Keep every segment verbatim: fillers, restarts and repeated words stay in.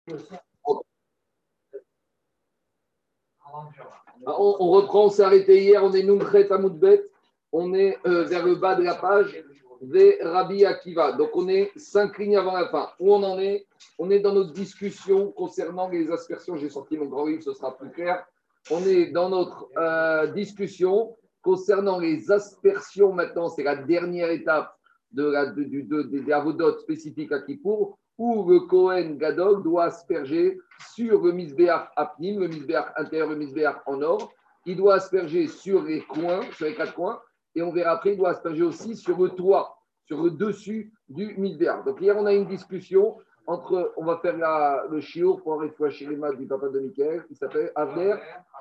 On, on reprend, on s'est arrêté hier, on est Numchet Amoudbet, on est euh, vers le bas de la page, vers Rabbi Akiva. Donc on est cinq lignes avant la fin. Où on en est? On est dans notre discussion concernant les aspersions. J'ai sorti mon grand livre, ce sera plus clair. On est dans notre euh, discussion concernant les aspersions maintenant. C'est la dernière étape de la, de, de, de, de, des avodotes spécifiques à Kippour, où le Kohen Gadol doit asperger sur le misbéach apnim, le misbéach intérieur, le misbéach en or. Il doit asperger sur les coins, sur les quatre coins, et on verra après, il doit asperger aussi sur le toit, sur le dessus du misbéach. Donc hier, on a une discussion entre, on va faire la, le shiur pour réfléchir les maths du papa de Michael, qui s'appelle Avner,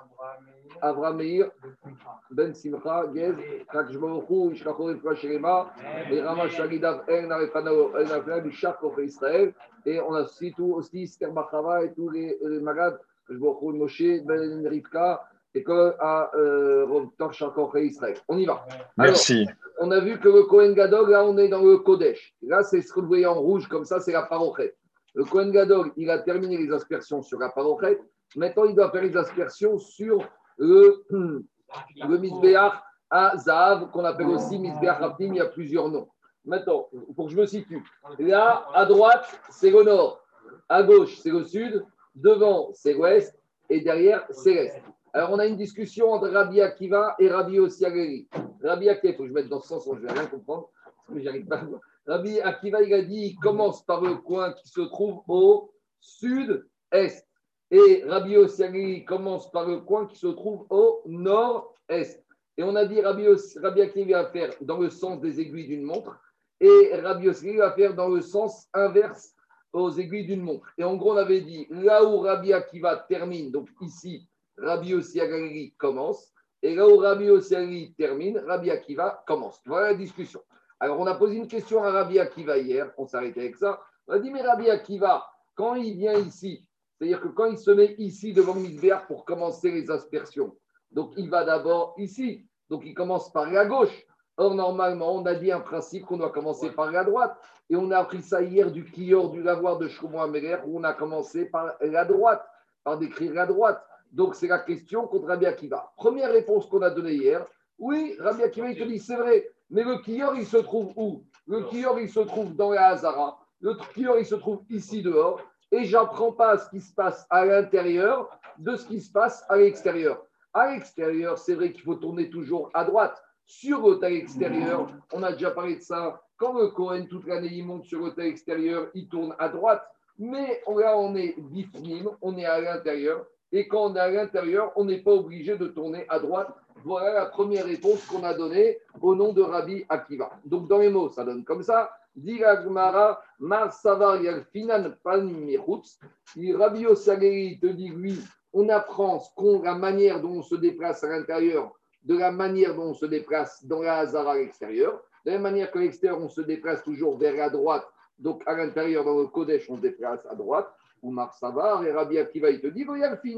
Avraham Meir, Ben Simcha, Gez, Kakjbaruchu, Ishkachor réfléchir les maths, et Rama Shalidav, El Narefano, El Narefano, du Char contre Israël, et on a aussi tout, aussi Ster Bachava et tous les, les malades, Kakjbaruchu, Moshe, Ben Rivka, et que à Tor Char contre Israël. On y va. Merci. Alors, on a vu que le Kohen Gadol, là, on est dans le Kodesh. Là, c'est ce que vous voyez en rouge, comme ça, c'est la parochet. Le Kohen Gadol, il a terminé les aspersions sur la parochet. Maintenant, il doit faire les aspersions sur le, le Misbéach à Zahav, qu'on appelle aussi Misbéach Raptim. Il y a plusieurs noms. Maintenant, pour que je me situe. Là, à droite, c'est le nord. À gauche, c'est le sud. Devant, c'est l'ouest. Et derrière, c'est l'est. Alors, on a une discussion entre Rabbi Akiva et Rabbi Yossi Ageri. Rabbi Akiva, il faut que je mette dans ce sens, je ne vais rien comprendre, parce que j'arrive pas. Rabbi Akiva, il a dit, il commence par le coin qui se trouve au sud-est. Et Rabbi Yossi Ageri commence par le coin qui se trouve au nord-est. Et on a dit, Rabbi, Rabbi Akiva va faire dans le sens des aiguilles d'une montre, et Rabbi Yossi Ageri va faire dans le sens inverse aux aiguilles d'une montre. Et en gros, on avait dit, là où Rabbi Akiva termine, donc ici, Rabbi Yossi Ageri commence, et là où Rabbi Yossi Ageri termine, Rabbi Akiva commence. Voilà la discussion. Alors, on a posé une question à Rabbi Akiva hier, on s'arrêtait avec ça. On a dit, mais Rabbi Akiva, quand il vient ici, c'est-à-dire que quand il se met ici devant le Misbéach pour commencer les aspersions, donc il va d'abord ici, donc il commence par la gauche. Or, normalement, on a dit un principe qu'on doit commencer par la droite. Et on a appris ça hier du Kior, du lavoir de Shlomo Améler, où on a commencé par la droite, par décrire la droite. Donc, c'est la question contre Rabbi Akiva. Première réponse qu'on a donnée hier. Oui, Rabbi Akiva, il te dit, c'est vrai. Mais le Kior, il se trouve où? Le Kior, il se trouve dans la Hazara. Le Kior, il se trouve ici dehors. Et je n'apprends pas ce qui se passe à l'intérieur de ce qui se passe à l'extérieur. À l'extérieur, c'est vrai qu'il faut tourner toujours à droite. Sur l'hôtel extérieur, on a déjà parlé de ça. Quand le Kohen, toute l'année, il monte sur l'hôtel extérieur, il tourne à droite. Mais là, on est bifnim, on est à l'intérieur. Et quand on est à l'intérieur, on n'est pas obligé de tourner à droite. Voilà la première réponse qu'on a donnée au nom de Rabbi Akiva. Donc, dans les mots, ça donne comme ça. Dira Gmara, Mar Savar Yalfinan Panim Mechutz. Rabbi Yossi Ageri te dit, lui, on apprend ce qu'on, la manière dont on se déplace à l'intérieur, de la manière dont on se déplace dans la Hazara à l'extérieur. De la manière qu'à l'extérieur, on se déplace toujours vers la droite. Donc, à l'intérieur, dans le Kodesh, on se déplace à droite. Ou Marsavar, et Rabbi Akiva, il te dit,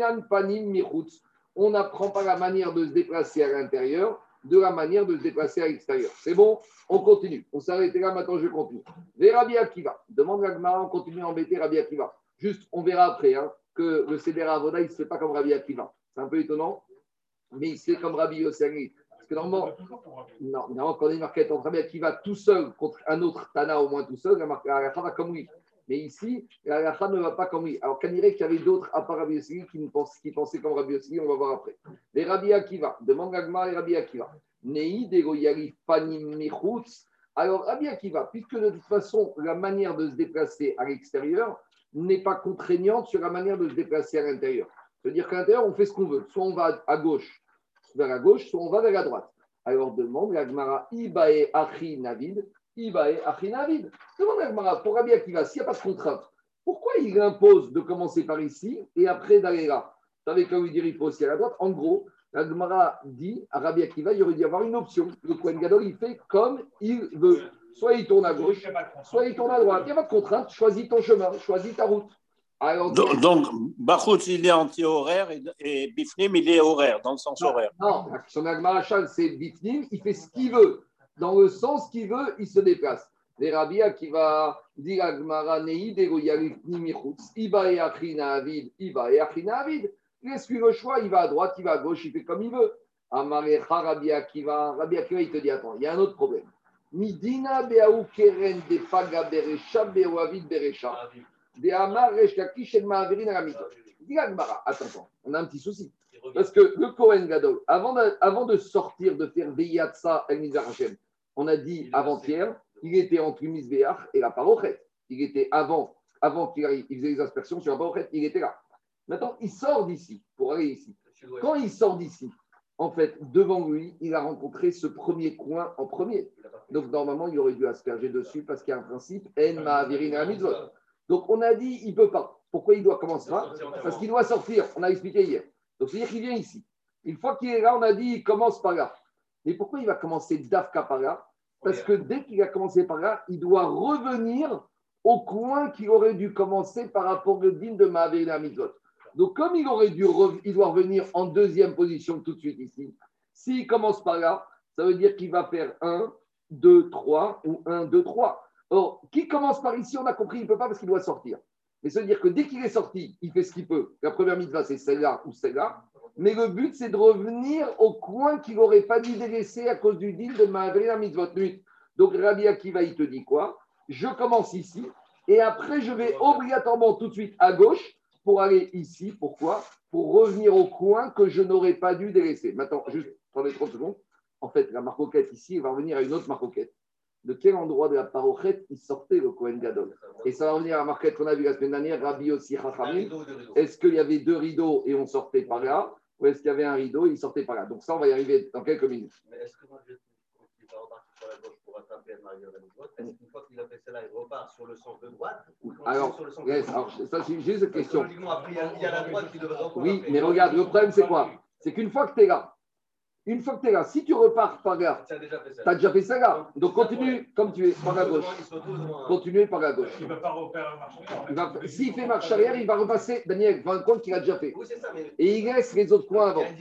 on n'apprend pas la manière de se déplacer à l'intérieur, de la manière de se déplacer à l'extérieur. C'est bon? On continue. On s'est arrêté là, maintenant je continue. Et Rabbi Akiva, demande la Gemara, on continue à embêter Rabbi Akiva. Juste, on verra après hein, que le Seder Avoda, il ne se fait pas comme Rabbi Akiva. C'est un peu étonnant, mais il se fait comme Rabbi Yossi Ageri. Parce que normalement, non, non, quand on a une marquette entre Rabbi Akiva tout seul contre un autre Tana, au moins tout seul, la marquette va comme lui. Mais ici, la halakha ne va pas comme lui. Alors, qu'on dirait qu'il y avait d'autres, à part Rabbi Yossi, qui, qui pensaient comme Rabbi Yossi, on va voir après. Les Rabbi Akiva, demande Gagmar et Rabbi Akiva. Nei dego yari panim mechutz. Alors, Rabbi Akiva, puisque de toute façon, la manière de se déplacer à l'extérieur n'est pas contraignante sur la manière de se déplacer à l'intérieur. C'est-à-dire qu'à l'intérieur, on fait ce qu'on veut. Soit on va à gauche, vers la gauche, soit on va vers la droite. Alors, demande Gagmara, Ibae Achi Navid. Ibae Achinavid. Demande à Gmara, pour Rabbi Akiva, s'il n'y a pas de contrainte, pourquoi il impose de commencer par ici et après d'aller là? Vous savez, quand lui dire il faut aussi à la droite, en gros, la Gmara dit à Rabbi Akiva, il aurait dû y avoir une option. Le Kohen Gadol, il fait comme il veut. Soit il tourne à gauche, soit il tourne à droite. Il n'y a pas de contrainte, choisis ton chemin, choisis ta route. Alors, donc, donc Bachoutz, il est anti-horaire et, et Bifnim, il est horaire, dans le sens non, horaire. Non, son Gmara, c'est Bifnim, il fait ce qu'il veut. Dans le sens qu'il veut, il se déplace. Les Rabbi Akiva, dit Agmara, Neidego Yarifni Michutz, Iba et Achina Avid, Iba et Achina Avid. Laisse-lui le choix, il va à droite, il va à gauche, il fait comme il veut. Amarecha Rabbi Akiva, Rabbi Akiva, il te dit attends, il y a un autre problème. Midina Beaou Keren de Paga Berecha, Beavid Berecha, de Amar Reshkakish et Maaverin Aramid. Dit Agmara, attends, attends, on a un petit souci. Parce que le Kohen Gadol, avant de, avant de sortir, de faire Beyatsa El Mizar Hashem, on a dit avant-hier, il était entre Mizbeach et la Parochet. Il était avant, avant qu'il arrive, il faisait les aspersions sur la Parochet, il était là. Maintenant, il sort d'ici pour aller ici. Quand il sort d'ici, en fait, devant lui, il a rencontré ce premier coin en premier. Donc, normalement, il aurait dû asperger dessus parce qu'il y a un principe, En Ma'avirin Hamizvot. Donc, on a dit, il ne peut pas. Pourquoi il doit commencer là? Parce qu'il doit sortir. On a expliqué hier. Donc, c'est-à-dire qu'il vient ici. Une fois qu'il est là, on a dit, il commence par là. Mais pourquoi il va commencer d'Afka par là? Parce que dès qu'il a commencé par là, il doit revenir au coin qu'il aurait dû commencer par rapport au din de Ma'avirin Hamizvot. Donc, comme il aurait dû, re- il doit revenir en deuxième position tout de suite ici. S'il commence par là, ça veut dire qu'il va faire un, deux, trois ou un, deux, trois. Or, qui commence par ici, on a compris, il ne peut pas parce qu'il doit sortir. Mais ça veut dire que dès qu'il est sorti, il fait ce qu'il peut. La première mitzvah, c'est celle-là ou celle-là. Mais le but, c'est de revenir au coin qu'il n'aurait pas dû délaisser à cause du din de Ma'avrina mitzvot nuit. Donc, Rabbi Akiva, il te dit quoi? Je commence ici et après, je vais obligatoirement tout de suite à gauche pour aller ici. Pourquoi? Pour revenir au coin que je n'aurais pas dû délaisser. Maintenant, juste, attendez trente secondes. En fait, la marcoquette ici, il va revenir à une autre marcoquette. De quel endroit de la parochet il sortait le Kohen Gadol? Et ça va revenir à la marquette qu'on a vue la semaine dernière, Rabbi Yossi Chachamim. Est-ce qu'il y avait deux rideaux et on sortait par là? Ou est-ce qu'il y avait un rideau et il sortait par là? Donc ça, on va y arriver dans quelques minutes. Mais est-ce que moi, je il va repartir sur la gauche pour attraper le Mario Lamizot? Est-ce qu'une fois qu'il a fait cela, il repart sur le sens de droite? Ou Alors, sur le sens yes, de alors, ça, c'est juste une question. Après, il y, a, il y a la droite qui devrait encore. Oui, mais regarde, le problème, c'est quoi? C'est qu'une fois que tu es là, Une fois que tu es là, si tu repars par là, tu as déjà fait ça là. Donc continue comme tu es par la gauche. Continue par la gauche. Il ne va pas refaire marche arrière. S'il fait marche arrière, il va repasser. Daniel, va compte qu'il a déjà fait. Et il laisse les autres coins avant.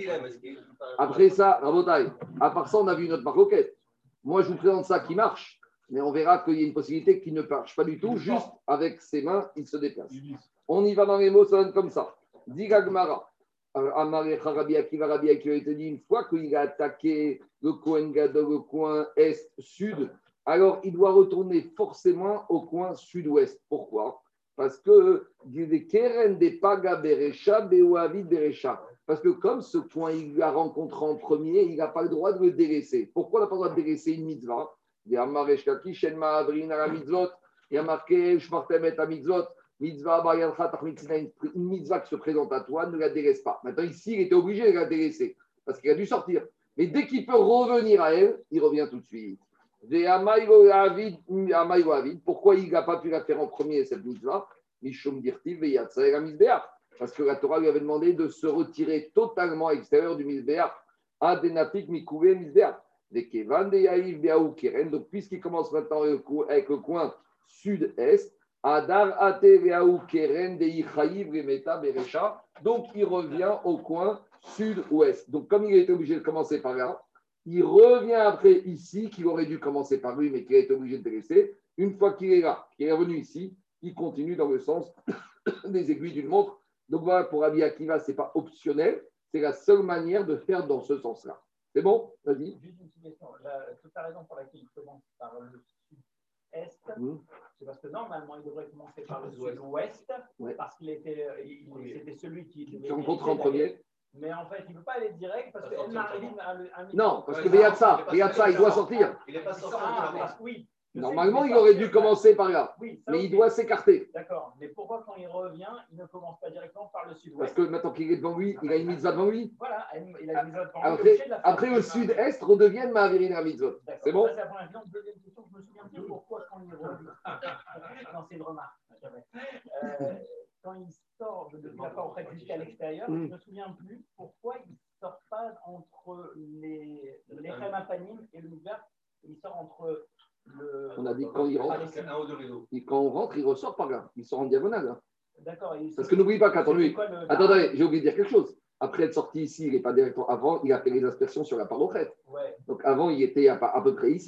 Après ça, Rabotai, à part ça, on a vu une autre marcoquette. Moi, je vous présente ça qui marche. Mais on verra qu'il y a une possibilité qui ne marche pas du tout. Juste avec ses mains, il se déplace. On y va dans les mots, ça donne comme ça. Diga Gmara. Amarecha Rabbi Akiva, Rabbi Akiva, il te dit, une fois qu'il a attaqué le Kohen Gadol, le coin est-sud, alors il doit retourner forcément au coin sud-ouest. Pourquoi? Parce que des Keren des Paga Berecha, Beoavid Berecha. Parce que comme ce coin, il l'a rencontré en premier, il n'a pas le droit de le délaisser. Pourquoi il n'a pas le droit de délaisser une mitzvah? Il y a Mareshkaki, Shen Ma'avrin à la mitzvot, il y a marqué Shmartem et à mitzvot. Mitzvah, une mitzvah qui se présente à toi, ne la délaisse pas. Maintenant, ici, il était obligé de la délaisser parce qu'il a dû sortir. Mais dès qu'il peut revenir à elle, il revient tout de suite. Pourquoi il n'a pas pu la faire en premier, cette mitzvah? Parce que la Torah lui avait demandé de se retirer totalement à l'extérieur du Mizbeach. Donc, puisqu'il commence maintenant avec le coin sud-est, Adar Atereaou Keren de Ichaïv Remeta Berecha. Donc, il revient au coin sud-ouest. Donc, comme il a été obligé de commencer par là, il revient après ici, qu'il aurait dû commencer par lui, mais qu'il a été obligé de laisser. Une fois qu'il est là, qu'il est revenu ici, il continue dans le sens des aiguilles d'une montre. Donc, voilà, pour Rabbi Akiva, ce n'est pas optionnel, c'est la seule manière de faire dans ce sens-là. C'est bon? Vas-y. Juste une petite question. La, toute la raison pour laquelle il commence par le sud-est, mmh. c'est parce que normalement, il devrait commencer par le sud-ouest, ouais. Parce qu'il était, il, oui. C'était celui qui tu rencontres en premier. Mais en fait, il ne peut pas aller direct parce que El Marivim a un non, parce que Beyatsa, Beyatsa, il doit sortir. Il n'est pas sorti. Ah, parce que oui. Normalement, il aurait dû commencer par là, oui, mais il doit s'écarter. D'accord, mais pourquoi quand il revient, il ne commence pas directement par le sud-ouest? Parce que maintenant qu'il est devant lui, il a une mitzvah devant lui. Voilà, il a une mitzvah devant après, lui. Après, le sud-est redevienne Ma'avirin HaMitzvot. C'est bon? Ça, c'est la première question. Deuxième question, je me souviens plus pourquoi quand il revient. Non, c'est une remarque. Euh, quand il sort de la parochet jusqu'à l'extérieur, mm. je ne me souviens plus pourquoi il ne sort pas entre les Chemapanim et le Mizbeach. Il sort entre. Le... On a dit quand il rentre, il, quand on rentre, il ressort par là. Il sort en diagonale. Hein. D'accord. Parce que n'oublie pas qu'attendez, attendez, j'ai oublié de dire quelque chose. Après être sorti ici, il n'est pas directement. Avant, il a fait les aspersions sur la parochet. Ouais. Donc avant, il était à, à peu près ici.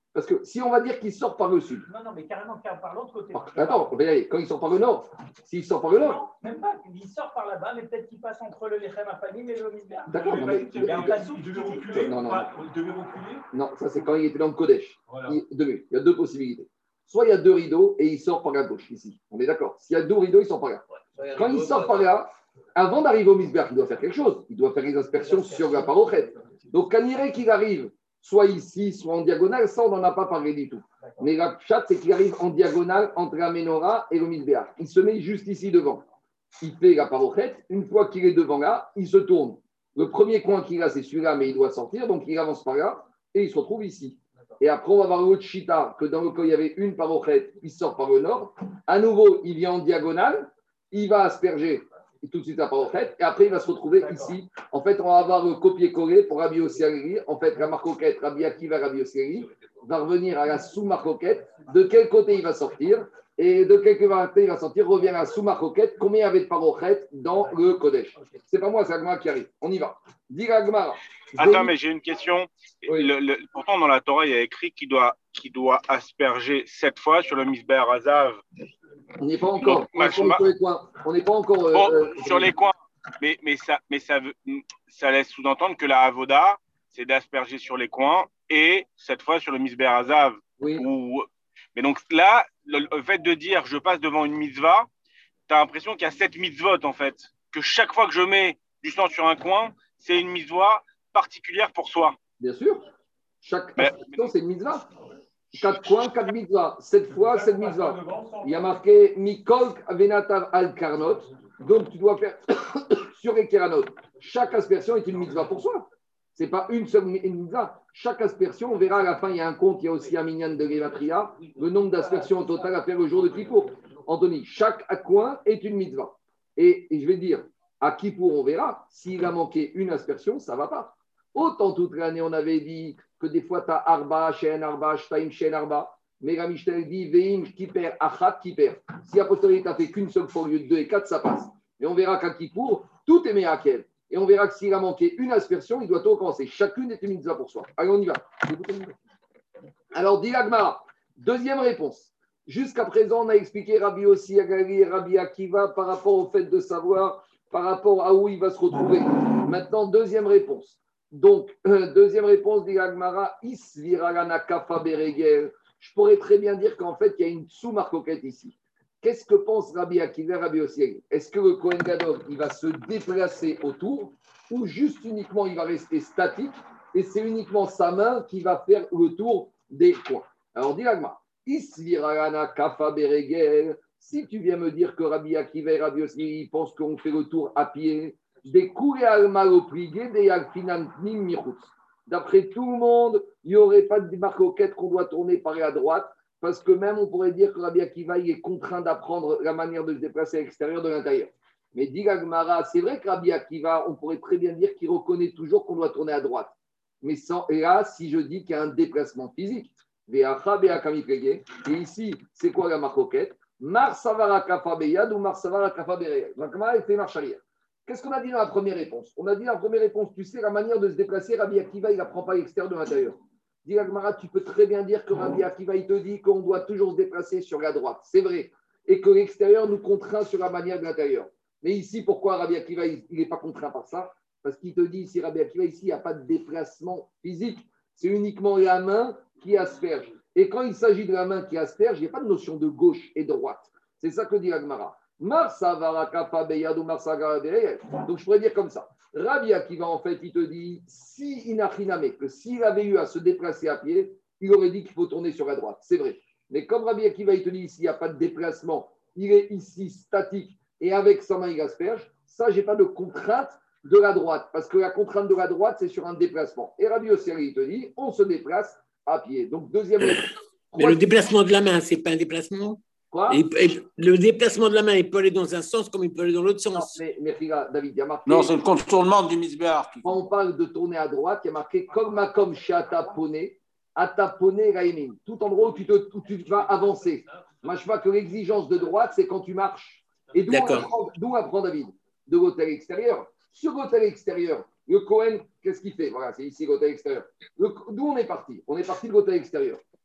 Parce que si on va dire qu'il sort par le sud. Non, non, mais carrément par l'autre côté. Attends, quand il sort par le nord, s'il sort par le nord. Non, même pas. Il sort par là-bas, mais peut-être qu'il passe entre le Lechem Afanim et le Misber. D'accord, non, mais. Il y a un passou. Il devait reculer. Non, non. Il devait reculer. Non, ça c'est quand il était dans le Kodesh. Voilà. Il, il y a deux possibilités. Soit il y a deux rideaux et il sort par la gauche, ici. On est d'accord. S'il y a deux rideaux, il sort par là. Ouais. Quand il sort par là, avant d'arriver au Misber, il doit faire quelque chose. Il doit faire les aspersions sur la parochet. Donc, quand il irait qu'il arrive soit ici, soit en diagonale, ça, on n'en a pas parlé du tout. Mais la chat, c'est qu'il arrive en diagonale entre la menorah et le Misber. Il se met juste ici devant. Il fait la parochet. Une fois qu'il est devant là, il se tourne. Le premier coin qu'il a, c'est celui-là, mais il doit sortir. Donc, il avance par là et il se retrouve ici. Et après, on va voir l'autre chita, que dans le cas, il y avait une parochet, il sort par le nord. À nouveau, il vient en diagonale. Il va asperger tout de suite la parochet. Et après, il va se retrouver ici. En fait, on va avoir le copier-coller pour Rabbi Yossi Agri. En fait, la marcoquette, Rabbi Akiva, Rabbi Yossi Agri, va revenir à la sous-marcoquette. De quel côté il va sortir? Et de quel côté il va sortir, revient à la sous-marcoquette. Combien il y avait de parochet dans le Kodesh? C'est pas moi, c'est Agmara qui arrive. On y va. Dis Agmara. Attends, mais j'ai une question. Oui. Le, le, pourtant, dans la Torah, il y a écrit qu'il doit, qu'il doit asperger sept fois sur le Misber Azav. On n'est pas encore. Donc, on n'est pas ma- sur les coins. On n'est pas encore. euh, Bon, euh, sur les coins. Mais, mais, ça, mais ça, veut- ça laisse sous-entendre que la Avoda, c'est d'asperger sur les coins et cette fois sur le Misber Azav. Oui. Ou- Mais donc là, le, le fait de dire je passe devant une mitzvah, tu as l'impression qu'il y a sept mitzvot en fait. Que chaque fois que je mets du sang sur un coin, c'est une mitzvah particulière pour soi. Bien sûr. Chaque Mais- aspersion, c'est une mitzvah. Quatre coins, quatre mitzvahs. Sept fois, sept mitzvahs. Il y a marqué Mikol Venatav al Karnot. Donc, tu dois faire sur les Keranot. Chaque aspersion est une mitzvah pour soi. Ce n'est pas une seule une mitzvah. Chaque aspersion, on verra à la fin, il y a un compte, il y a aussi un minyan de Gematria, le nombre d'aspersions au total à faire le jour de Kippour. Anthony, chaque coin est une mitzvah. Et, et je vais dire, à Kippour, on verra, s'il a manqué une aspersion, ça ne va pas. Autant toute l'année, on avait dit que des fois, tu as Arba, Shen, Arba, Shtaim, Shen, Arba. Mais la Mishnah dit Veim, Kiper, Achat, Kiper. Si a posteriori, tu n'as fait qu'une seule fois au lieu de deux et quatre, ça passe. Et on verra qu'à Kippour, tout est Mehakel. Et on verra que s'il a manqué une aspersion, il doit tout recommencer. Chacune est une mitzvah pour soi. Allez, on y va. Alors, dit l'Agmara, deuxième réponse. Jusqu'à présent, on a expliqué Rabbi Yossi Agali et Rabbi Akiva par rapport au fait de savoir, par rapport à où il va se retrouver. Maintenant, deuxième réponse. Donc, euh, deuxième réponse, dit l'Agmara, Is viragana kafa beregel. Je pourrais très bien dire qu'en fait, il y a une sous-marcoquette ici. Qu'est-ce que pense Rabbi Akiva et Rabbi Yossi? Est-ce que le Kohen Gadol, il va se déplacer autour ou juste uniquement il va rester statique et c'est uniquement sa main qui va faire le tour des coins? Alors, dit l'Agmara, Isviragana kafa beregel. Si tu viens me dire que Rabbi Akiva et Rabbi Yossi ils pensent qu'on fait le tour à pied, des courées al maloprigé, des alfinan nim michutz. D'après tout le monde, il n'y aurait pas de marcoquette qu'on doit tourner par la droite, parce que même on pourrait dire que Rabbi Akiva il est contraint d'apprendre la manière de se déplacer à l'extérieur de l'intérieur. Mais dit la Gemara, c'est vrai que Rabbi Akiva, on pourrait très bien dire qu'il reconnaît toujours qu'on doit tourner à droite. Mais sans, et là, si je dis qu'il y a un déplacement physique, et ici, c'est quoi la marcoquette? Mar savara kafa beyad ou mar savara kafa bereyad. La Gemara, elle fait marche arrière. Qu'est-ce qu'on a dit dans la première réponse? On a dit dans la première réponse, tu sais, la manière de se déplacer, Rabbi Akiva, il n'apprend pas l'extérieur de l'intérieur. Dis la Gemara, tu peux très bien dire que Rabbi Akiva, il te dit qu'on doit toujours se déplacer sur la droite. C'est vrai. Et que l'extérieur nous contraint sur la manière de l'intérieur. Mais ici, pourquoi Rabbi Akiva, il n'est pas contraint par ça? Parce qu'il te dit, ici, Rabbi Akiva, ici, il n'y a pas de déplacement physique. C'est uniquement la main qui asperge. Et quand il s'agit de la main qui asperge, il n'y a pas de notion de gauche et droite. C'est ça que dit la Gemara. Donc je pourrais dire comme ça. Rabbi Akiva, en fait, il te dit, si inachiname, que s'il avait eu à se déplacer à pied, il aurait dit qu'il faut tourner sur la droite. C'est vrai. Mais comme Rabbi Akiva, il te dit, ici, il n'y a pas de déplacement, il est ici statique et avec sa main, il asperge, ça, je n'ai pas de contrainte de la droite. Parce que la contrainte de la droite, c'est sur un déplacement. Et Rabbi Yossi, il te dit, on se déplace à pied. Donc, deuxième. Mais le déplacement de la main, ce n'est pas un déplacement? Quoi? Et, et le déplacement de la main, il peut aller dans un sens comme il peut aller dans l'autre sens. Non, mais, mais regarde, David, il y a marqué. Non, c'est le contournement du misbéar. Quand on parle de tourner à droite, il y a marqué comme makom shataponé, ataponé raimin. Tout endroit où tu, te, où tu vas avancer. Moi, je vois que l'exigence de droite, c'est quand tu marches. Et d'où on apprend, d'où on apprend, David? De l'hôtel extérieur. Sur l'hôtel extérieur, le Cohen, qu'est-ce qu'il fait? Voilà, c'est ici l'hôtel extérieur. Le, d'où on est parti? On est parti de l'hôtel extérieur.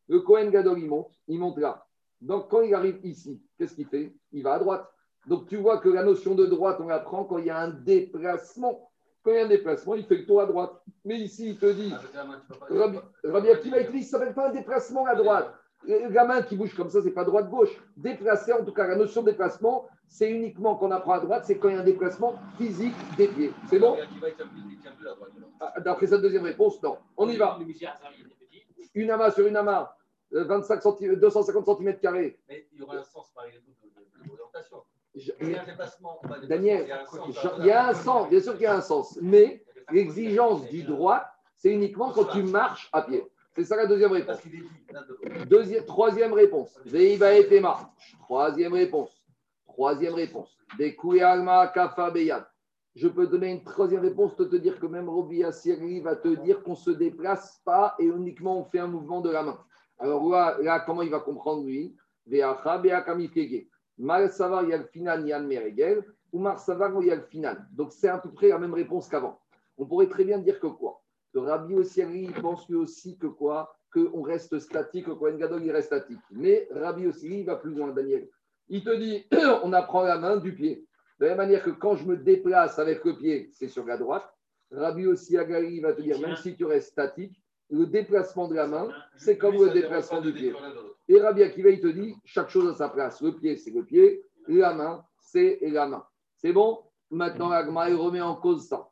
Le Kohen Gadol, il monte, il monte là. Donc, quand il arrive ici, qu'est-ce qu'il fait? Il va à droite. Donc, tu vois que la notion de droite, on l'apprend quand il y a un déplacement. Quand il y a un déplacement, il fait le tour à droite. Mais ici, il te dit, Rabbi, Rabbi Akiva, il te dit, ça ne s'appelle pas un déplacement à droite. La main qui bouge comme ça, ce n'est pas droite-gauche. Déplacer, en tout cas, la notion de déplacement, c'est uniquement qu'on apprend à droite, c'est quand il y a un déplacement physique des pieds. C'est bon? Ah, d'après sa deuxième réponse, non. On y va. Une amas sur une amas, vingt-cinq centimètres, deux cent cinquante centimètres carrés. Mais il y aura un sens malgré tout de l'orientation. Je- Il y a un déplacement. pas un Daniel, déplacement, il y a un sens, bien sûr qu'il y a un sens, mais l'exigence du droit, c'est uniquement quand tu marches à pied. C'est ça la deuxième réponse. Parce qu'il est dit. là, de- Deuxième, troisième réponse. Veiva et Tema. Troisième réponse. Troisième réponse. Des Alma Kafa Beyad. Je peux donner une troisième réponse, te, te dire que même Robi Assiri va te dire qu'on ne se déplace pas et uniquement on fait un mouvement de la main. Alors là, là comment il va comprendre lui? Veacha Beakami Fege. Mal savar, il y a le final, Yann Meregel. Ou Mar savar, il y a le final. Donc c'est à peu près la même réponse qu'avant. On pourrait très bien dire que quoi? Que Rabbi Ossiri pense lui aussi que quoi? Qu'on reste statique, que Kohen Gadol il reste statique. Mais Rabbi Ossiri va plus loin, Daniel. Il te dit, on apprend la main du pied. De la même manière que quand je me déplace avec le pied, c'est sur la droite. Rabbi Ossiri va te dire, même si tu restes statique, le déplacement de la main, c'est comme le déplacement du pied. Et Rabbi Akiva, il te dit, chaque chose à sa place. Le pied, c'est le pied. La main, c'est la main. C'est bon? Maintenant, Agma, il remet en cause ça.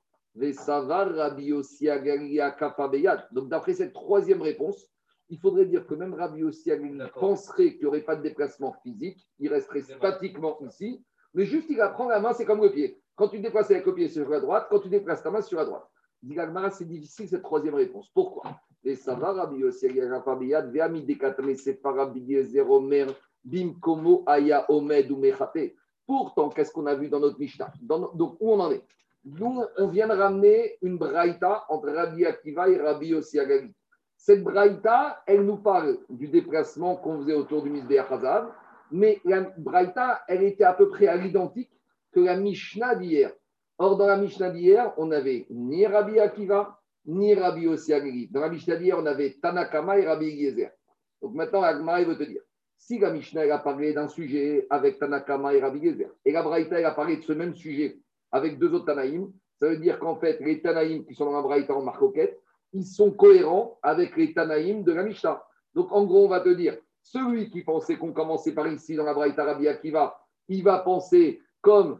Donc, d'après cette troisième réponse, il faudrait dire que même Rabbi Yossi Agali penserait qu'il n'y aurait pas de déplacement physique, il resterait statiquement ici, mais juste il apprend la main, c'est comme le pied. Quand tu te déplaces avec le pied, c'est sur la droite, quand tu déplaces ta main, c'est sur la droite. Dit Agmara, c'est difficile cette troisième réponse. Pourquoi? Et ça va, Rabbi Yossi Agali, Veami Dekatame, c'est pas Rabbi Yezer Omer, Bim Komo Aya Omed ou Mechate. Pourtant, qu'est-ce qu'on a vu dans notre Mishnah? Dans, donc, où on en est? Nous, on vient de ramener une braïta entre Rabbi Akiva et Rabbi Yossi Agali. Cette braïta, elle nous parle du déplacement qu'on faisait autour du Mizbeach Hazav, mais la braïta, elle était à peu près à l'identique que la Mishnah d'hier. Or, dans la Mishnah d'hier, on n'avait ni Rabbi Akiva, ni Rabbi Yossi Agali. Dans la Mishnah d'hier, on avait Tanakama et Rabbi Eliezer. Donc maintenant, Agmara veut te dire, si la Mishnah elle a parlé d'un sujet avec Tanakama et Rabbi Eliezer, et la braïta, elle a parlé de ce même sujet avec deux autres Tanaïm, ça veut dire qu'en fait, les Tanaïm qui sont dans la braïta en marcoquette, ils sont cohérents avec les Tanaïm de la Mishnah. Donc, en gros, on va te dire, celui qui pensait qu'on commençait par ici dans la braïta Rabbi Akiva, il va penser comme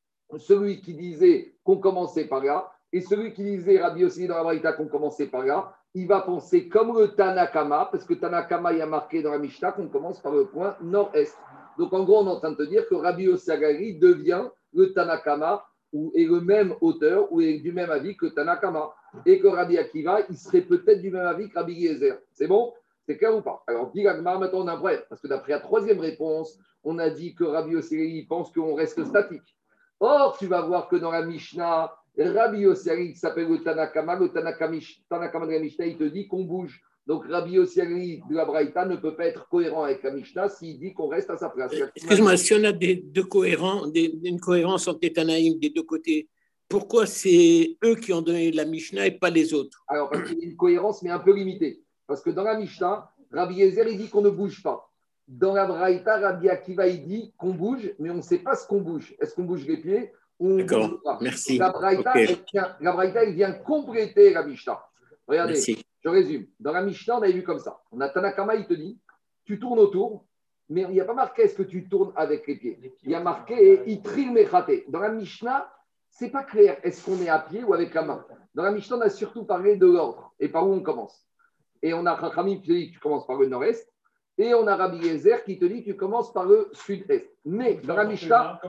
celui qui disait qu'on commençait par là, et celui qui disait Rabbi aussi dans la braïta qu'on commençait par là, il va penser comme le Tanakama, parce que Tanakama, il y a marqué dans la Mishnah qu'on commence par le point nord-est. Donc, en gros, on est en train de te dire que Rabbi Osagari devient le Tanakama, ou est le même auteur, ou est du même avis que Tanakama. Et que Rabbi Akiva, il serait peut-être du même avis que Rabbi Eliezer. C'est bon? C'est clair ou pas? Alors, dit Agmar, maintenant on a un vrai, parce que d'après la troisième réponse, on a dit que Rabbi Osiri pense qu'on reste statique. Or, tu vas voir que dans la Mishnah, Rabbi Osiri, qui s'appelle le Tanakama, le Tanakama, Tanakama de la Mishnah, il te dit qu'on bouge. Donc, Rabbi Osiri de la Braïta ne peut pas être cohérent avec la Mishnah s'il dit qu'on reste à sa place. Excuse-moi, si on a des deux cohérents, des, une cohérence entre les Tanaïm des deux côtés, pourquoi c'est eux qui ont donné la Mishnah et pas les autres? Alors, parce qu'il y a une cohérence, mais un peu limitée. Parce que dans la Mishnah, Rabbi Eliezer, il dit qu'on ne bouge pas. Dans la Braïta, Rabbi Akiva, il dit qu'on bouge, mais on ne sait pas ce qu'on bouge. Est-ce qu'on bouge les pieds ou on D'accord, bouge pas? merci. La Braïta, Okay. elle vient, la Braïta, elle vient compléter la Mishnah. Regardez, Merci. je résume. Dans la Mishnah, on avait vu comme ça. On a Tanakama, il te dit, tu tournes autour, mais il n'y a pas marqué est-ce que tu tournes avec les pieds. Il y a marqué Itril Mechate. Dans la Mishnah, ce n'est pas clair est-ce qu'on est à pied ou avec la main. Dans la Mishnah, on a surtout parlé de l'ordre et par où on commence. Et on a Chachamim qui te dit que tu commences par le nord-est. Et on a Rabbi Eliezer qui te dit que tu commences par le sud-est. Mais dans la Mishnah,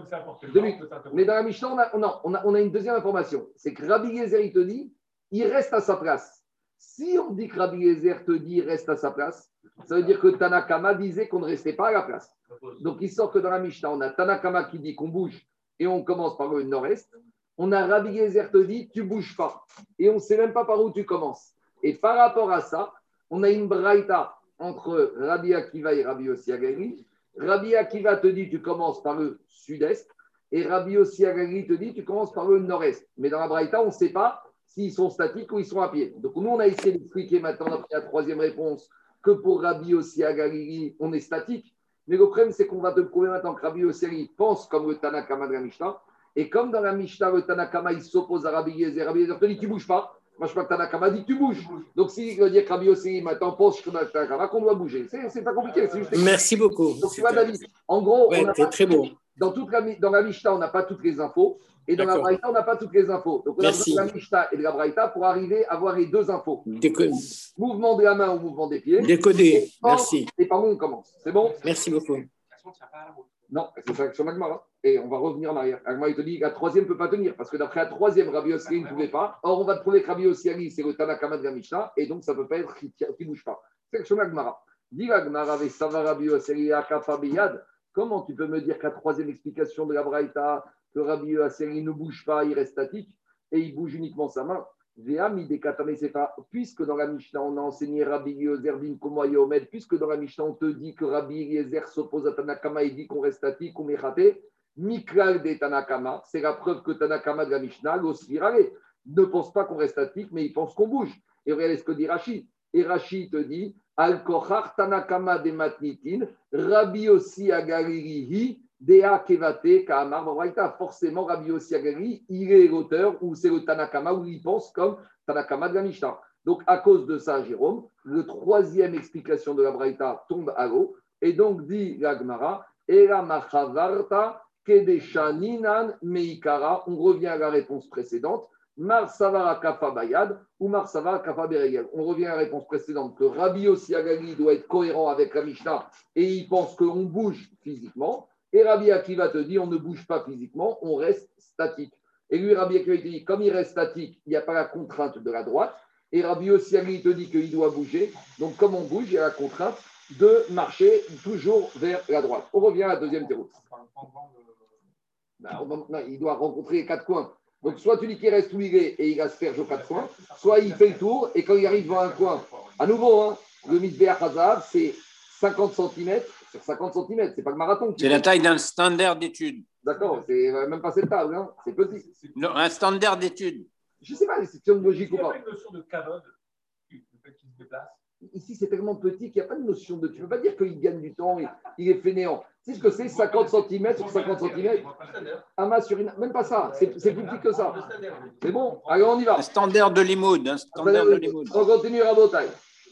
mais dans la Mishnah, on a, on, a, on, a, on a une deuxième information. C'est que Rabbi Eliezer, il te dit, il reste à sa place. Si on dit que Rabbi Eliezer te dit reste à sa place, ça veut dire que Tanakama disait qu'on ne restait pas à la place. Donc il sort que dans la Mishnah, on a Tanakama qui dit qu'on bouge et on commence par le nord-est. On a Rabbi Eliezer te dit tu ne bouges pas. Et on ne sait même pas par où tu commences. Et par rapport à ça, on a une braïta entre Rabbi Akiva et Rabbi Yossi Agali. Rabbi Akiva te dit tu commences par le sud-est et Rabbi Yossi Agali te dit tu commences par le nord-est. Mais dans la braïta, on ne sait pas s'ils sont statiques ou ils sont à pied. Donc nous, on a essayé d'expliquer maintenant, après la troisième réponse, que pour Rabbi Yossi à Galili, on est statique. Mais le problème, c'est qu'on va te prouver maintenant que Rabbi Yossi pense comme le Tanakama de la Mishnah. Et comme dans la Mishnah, le Tanakama, il s'oppose à Rabbi Yezer. Rabbi Yezer te dit, tu ne bouges pas. Moi, je crois que Tanakama dit, tu bouges. Donc, s'il veut dire que Rabbi Yossi maintenant pense que Tanakama, qu'on doit bouger. C'est, c'est pas compliqué. C'est juste... Merci beaucoup. Donc, tu vois, David, en gros, ouais, on a c'est pas... très bon. Dans, toute la, dans la Mishnah, on n'a pas toutes les infos. Et dans D'accord. la Braïta, on n'a pas toutes les infos. Donc, on a besoin de la Mishnah et de la Braïta pour arriver à avoir les deux infos. Décodé. Mouvement de la main ou mouvement des pieds. Décodé. Merci. Et par où on commence. C'est bon? Merci beaucoup. Non, c'est ça sur Magmara. Et on va revenir en arrière. Agmara, il te dit que la troisième ne peut pas tenir. Parce que d'après la troisième, Rabbi Yossi ne pouvait pas. Or, on va trouver que Rabbi Yossi, c'est le Tanakama de la Mishnah. Et donc, ça ne peut pas être qui ne bouge pas. C'est sur Magmara. Dit Agmara, avec Sava Rabbi Yossi, Akafa Biyad. Comment tu peux me dire que la troisième explication de la Braïta, que Rabbi Yossi ne bouge pas, il reste statique, et il bouge uniquement sa main? Puisque dans la Mishnah, on a enseigné Rabbi Yezer bin Komo Yomed, puisque dans la Mishnah, on te dit que Rabbi Yezer s'oppose à Tanakama et dit qu'on reste statique, on est raté, Mikral de Tanakama, c'est la preuve que Tanakama de la Mishnah, l'osvirale, ne pense pas qu'on reste statique, mais il pense qu'on bouge. Et regardez ce que dit Rashi. Et Rashi te dit, Al-Kochar Tanakama de Matnitin, Rabbi Yossi Agaririhi, Dea Kevate, Kaamar, Braïta. Forcément, Rabbi Yossi Agariri, il est l'auteur, ou c'est le Tanakama, où il pense comme Tanakama de la Mishnah. Donc, à cause de ça, Jérôme, le troisième explication de la Braïta tombe à l'eau, et donc dit la Gemara, Ela Machavarta, Kedeshaninan Meikara. On revient à la réponse précédente. Mar Savara Kafa Bayad ou Mar Savara Kafa Beregel. On revient à la réponse précédente que Rabbi Yossi Agali doit être cohérent avec la Mishnah et il pense qu'on bouge physiquement. Et Rabbi Akiva te dit on ne bouge pas physiquement, on reste statique. Et lui, Rabbi Akiva te dit comme il reste statique, il n'y a pas la contrainte de la droite. Et Rabbi Yossi Agali te dit qu'il doit bouger. Donc comme on bouge, il y a la contrainte de marcher toujours vers la droite. On revient à la deuxième théorie. Ben, non, il doit rencontrer les quatre coins. Donc, soit tu dis qu'il reste où il est et il asperge aux quatre coins, soit il fait le tour et quand il arrive devant un coin, à nouveau, hein, le Misbéach Hazav, c'est cinquante centimètres sur cinquante centimètres, c'est pas le marathon. C'est la taille d'un standard d'études. D'accord, c'est même pas cette table, hein, c'est petit. Non, un standard d'études. Je ne sais pas si c'est une logique ou pas. Il n'y a pas une notion de cavode, le fait qu'il se déplace. Ici, c'est tellement petit qu'il n'y a pas de notion de. Tu ne peux pas dire qu'il gagne du temps, il, il est fainéant. Tu sais ce que c'est cinquante centimètres sur cinquante centimètres? Amas sur une. Même pas ça, c'est, c'est plus petit que ça. C'est bon? Allez, on y va. Un standard de limoud. Un standard de limoud. On continue à Botaï.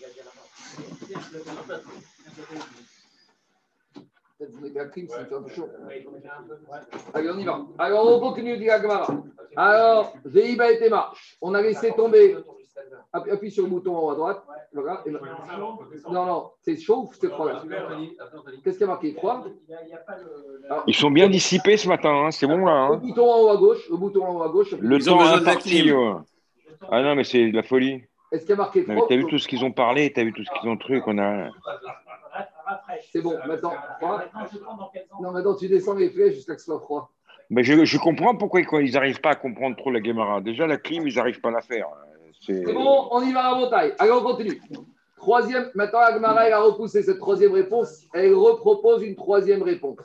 Peut-être vous mettez la clim, c'est un peu chaud. Allez, on y va. Alors, on continue, dit la Gemara. Alors, Zéhiba et Théma, on a laissé tomber. Appuie sur le bouton en haut à droite. Voilà. Et... Non, non, c'est chaud ou c'est froid là? Qu'est-ce qui a marqué? Froid? Alors, ils sont bien dissipés ce matin, hein. C'est bon là. Hein. Le bouton en haut à gauche. Le bouton en haut à gauche. Le temps est imparti. Ouais. Ah non, mais c'est de la folie. Est-ce qu'il y a marqué froid? Tu as vu tout ce qu'ils ont parlé, tu as vu tout ce qu'ils ont truc. On a... C'est bon, maintenant, froid. Non, maintenant tu descends les flèches jusqu'à ce que ce soit froid. Mais je, je comprends pourquoi ils n'arrivent pas à comprendre trop la Guémara. Déjà, la clim, ils n'arrivent pas à la faire. C'est... c'est bon, on y va à la montagne. Allez, on continue. Troisième, maintenant la Gemara, elle a repoussé cette troisième réponse. Elle repropose une troisième réponse.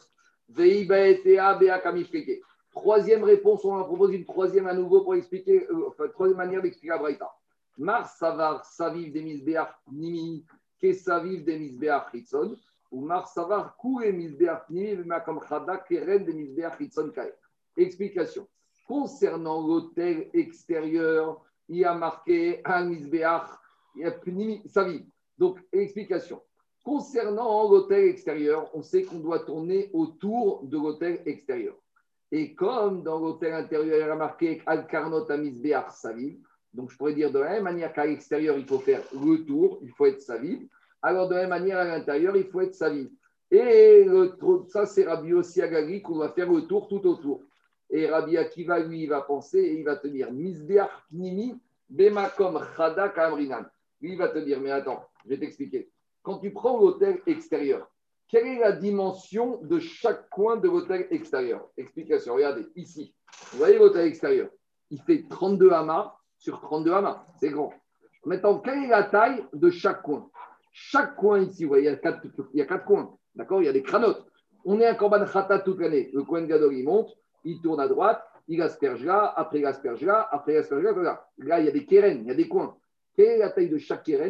Troisième réponse, on en propose une troisième à nouveau pour expliquer, euh, enfin, troisième manière d'expliquer la Braïta. Mars Savar, Saviv des Misbeach Nimi, Ke Saviv des Misbeach Hitzon, ou Mars Savar, Koure Misbeach Nimi, Makom Chada, Keren des Misbeach Hitzon Kae. Explication. Concernant l'hôtel extérieur, il y a marqué un Misbeach, il y a Nimi, Saviv. Donc, explication. Concernant l'hôtel extérieur, on sait qu'on doit tourner autour de l'hôtel extérieur. Et comme dans l'hôtel intérieur, il y a marqué Al-Karnot Amisbeach Saviv, donc je pourrais dire de la même manière qu'à l'extérieur, il faut faire le tour, il faut être Saviv. Alors de la même manière, à l'intérieur, il faut être Saviv. Et le, ça, c'est Rabbi Yossi Agali qu'on va faire le tour tout autour. Et Rabbi Akiva, lui, il va penser et il va te dire Misbeach Nimi Bemakom Chada Kamrinan. Lui, il va te dire, mais attends, je vais t'expliquer. Quand tu prends l'hôtel extérieur, quelle est la dimension de chaque coin de l'hôtel extérieur? Explication, regardez, ici, vous voyez l'hôtel extérieur, il fait trente-deux amas sur trente-deux amas, c'est grand. Maintenant, quelle est la taille de chaque coin? Chaque coin ici, vous voyez, il y a quatre, il y a quatre coins, d'accord? Il y a des cranotes. On est un Korban Khata toute l'année. Le Kohen Gadol, il monte, il tourne à droite, il asperge là, après il asperge là, après il asperge là, là. Là, il y a des kérens, il y a des coins. Quelle est la taille de chaque kérén?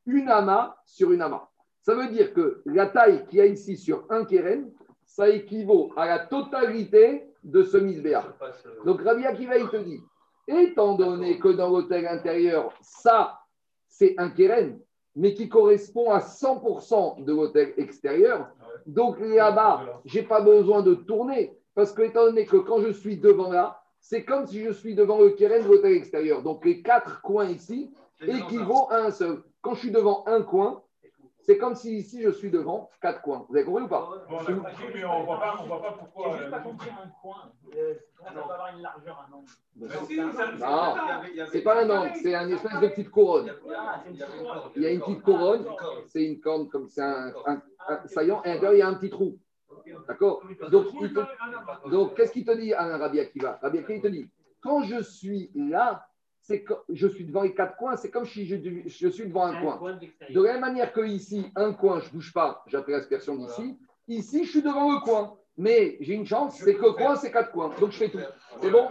une ama sur une ama. Ça veut dire que la taille qu'il y a ici sur un keren, ça équivaut à la totalité de ce misbéach. Donc Rabbi Akiva, il te dit, étant donné que dans l'hôtel intérieur, ça, c'est un keren, mais qui correspond à cent pour cent de l'hôtel extérieur, donc là-bas, je n'ai pas besoin de tourner, parce que étant donné que quand je suis devant là, c'est comme si je suis devant le keren de l'hôtel extérieur. Donc les quatre coins ici équivaut à un seul. Quand je suis devant un coin, c'est comme si ici je suis devant quatre coins. Vous avez compris ou pas? Bon, on a compris, mais on ne voit pas, on voit pas pourquoi. J'ai juste pas compris un coin. Euh, comment ça peut avoir une largeur, un angle? Mais si, ça- Non, c'est pas un angle, c'est un espèce de petite couronne. Ah, c'est une petite couronne. Il y a une petite couronne, c'est une corne comme c'est un, un, un saillant, et à l'intérieur il y a un petit trou. D'accord? Donc, il te- donc qu'est-ce qu'il te dit, Alain Rabbi Akiva? Rabbi Akiva, il te dit, quand je suis là, c'est que je suis devant les quatre coins, c'est comme si je, je suis devant un coin. De la même manière que ici, un coin, je ne bouge pas, j'appelle l'aspersion d'ici. Ici, je suis devant le coin. Mais j'ai une chance, c'est que le coin, c'est quatre coins. Donc je fais tout. C'est bon?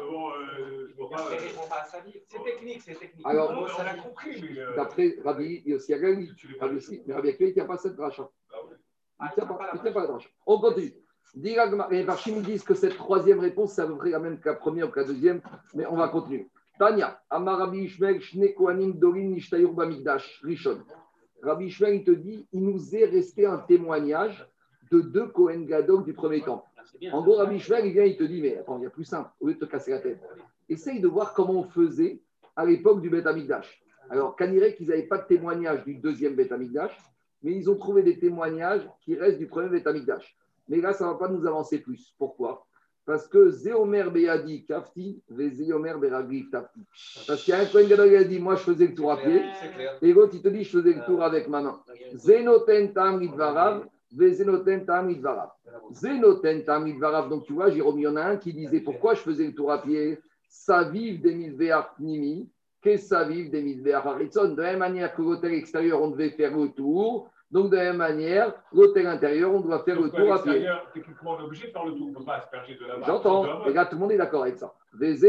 C'est technique, c'est technique. Alors, on a compris, mais. euh, D'après Rabbi Yossi Agali, Rabbi Yossi, mais Rabbi Akiva, il ne tient pas cette dracha. Ah ouais. Il ne tient pas, il tient pas la dracha. On continue. Les Varchim disent que cette troisième réponse, c'est à peu près la même que la première ou que la deuxième, mais on va continuer. Tania, Amar Rabbi Ishmael, Shne Kohanim Dorim Nishtayur Bamikdash, Rishon. Rabbi Ishmael, il te dit, il nous est resté un témoignage de deux Kohen Gadol du premier temps. En gros, Rabbi Ishmael, il vient, il te dit, mais attends, il y a plus simple, au lieu de te casser la tête. Essaye de voir comment on faisait à l'époque du Beth Amikdash. Alors, Kanirek, qu'ils n'avaient pas de témoignage du deuxième Beth Amikdash, mais ils ont trouvé des témoignages qui restent du premier Beth Amikdash. Mais là, ça ne va pas nous avancer plus. Pourquoi? Parce que Zéomer Beyadi Kafti, Zéomer Beragli Kafti. Parce qu'il y a un Kohen Gadol qui a dit, moi je faisais le tour à pied, et l'autre il te dit, je faisais le tour avec ma main. Zénoten Tam Idvarav, Zénoten Tam Idvarav. Zénoten Tam Idvarav. Donc tu vois, Jérôme, il y en a un qui disait, pourquoi je faisais le tour à pied? Ça vive des Misbéach Nimi, que ça vive des Misbéach Haritson. De la même manière que l'hôtel extérieur, on devait faire le tour. Donc, de la même manière, l'hôtel intérieur, on doit faire Donc, le tour à pied. Techniquement, on est obligé de faire le tour. On ne peut pas asperger de là-bas. J'entends. Et là, tout le monde est d'accord avec ça.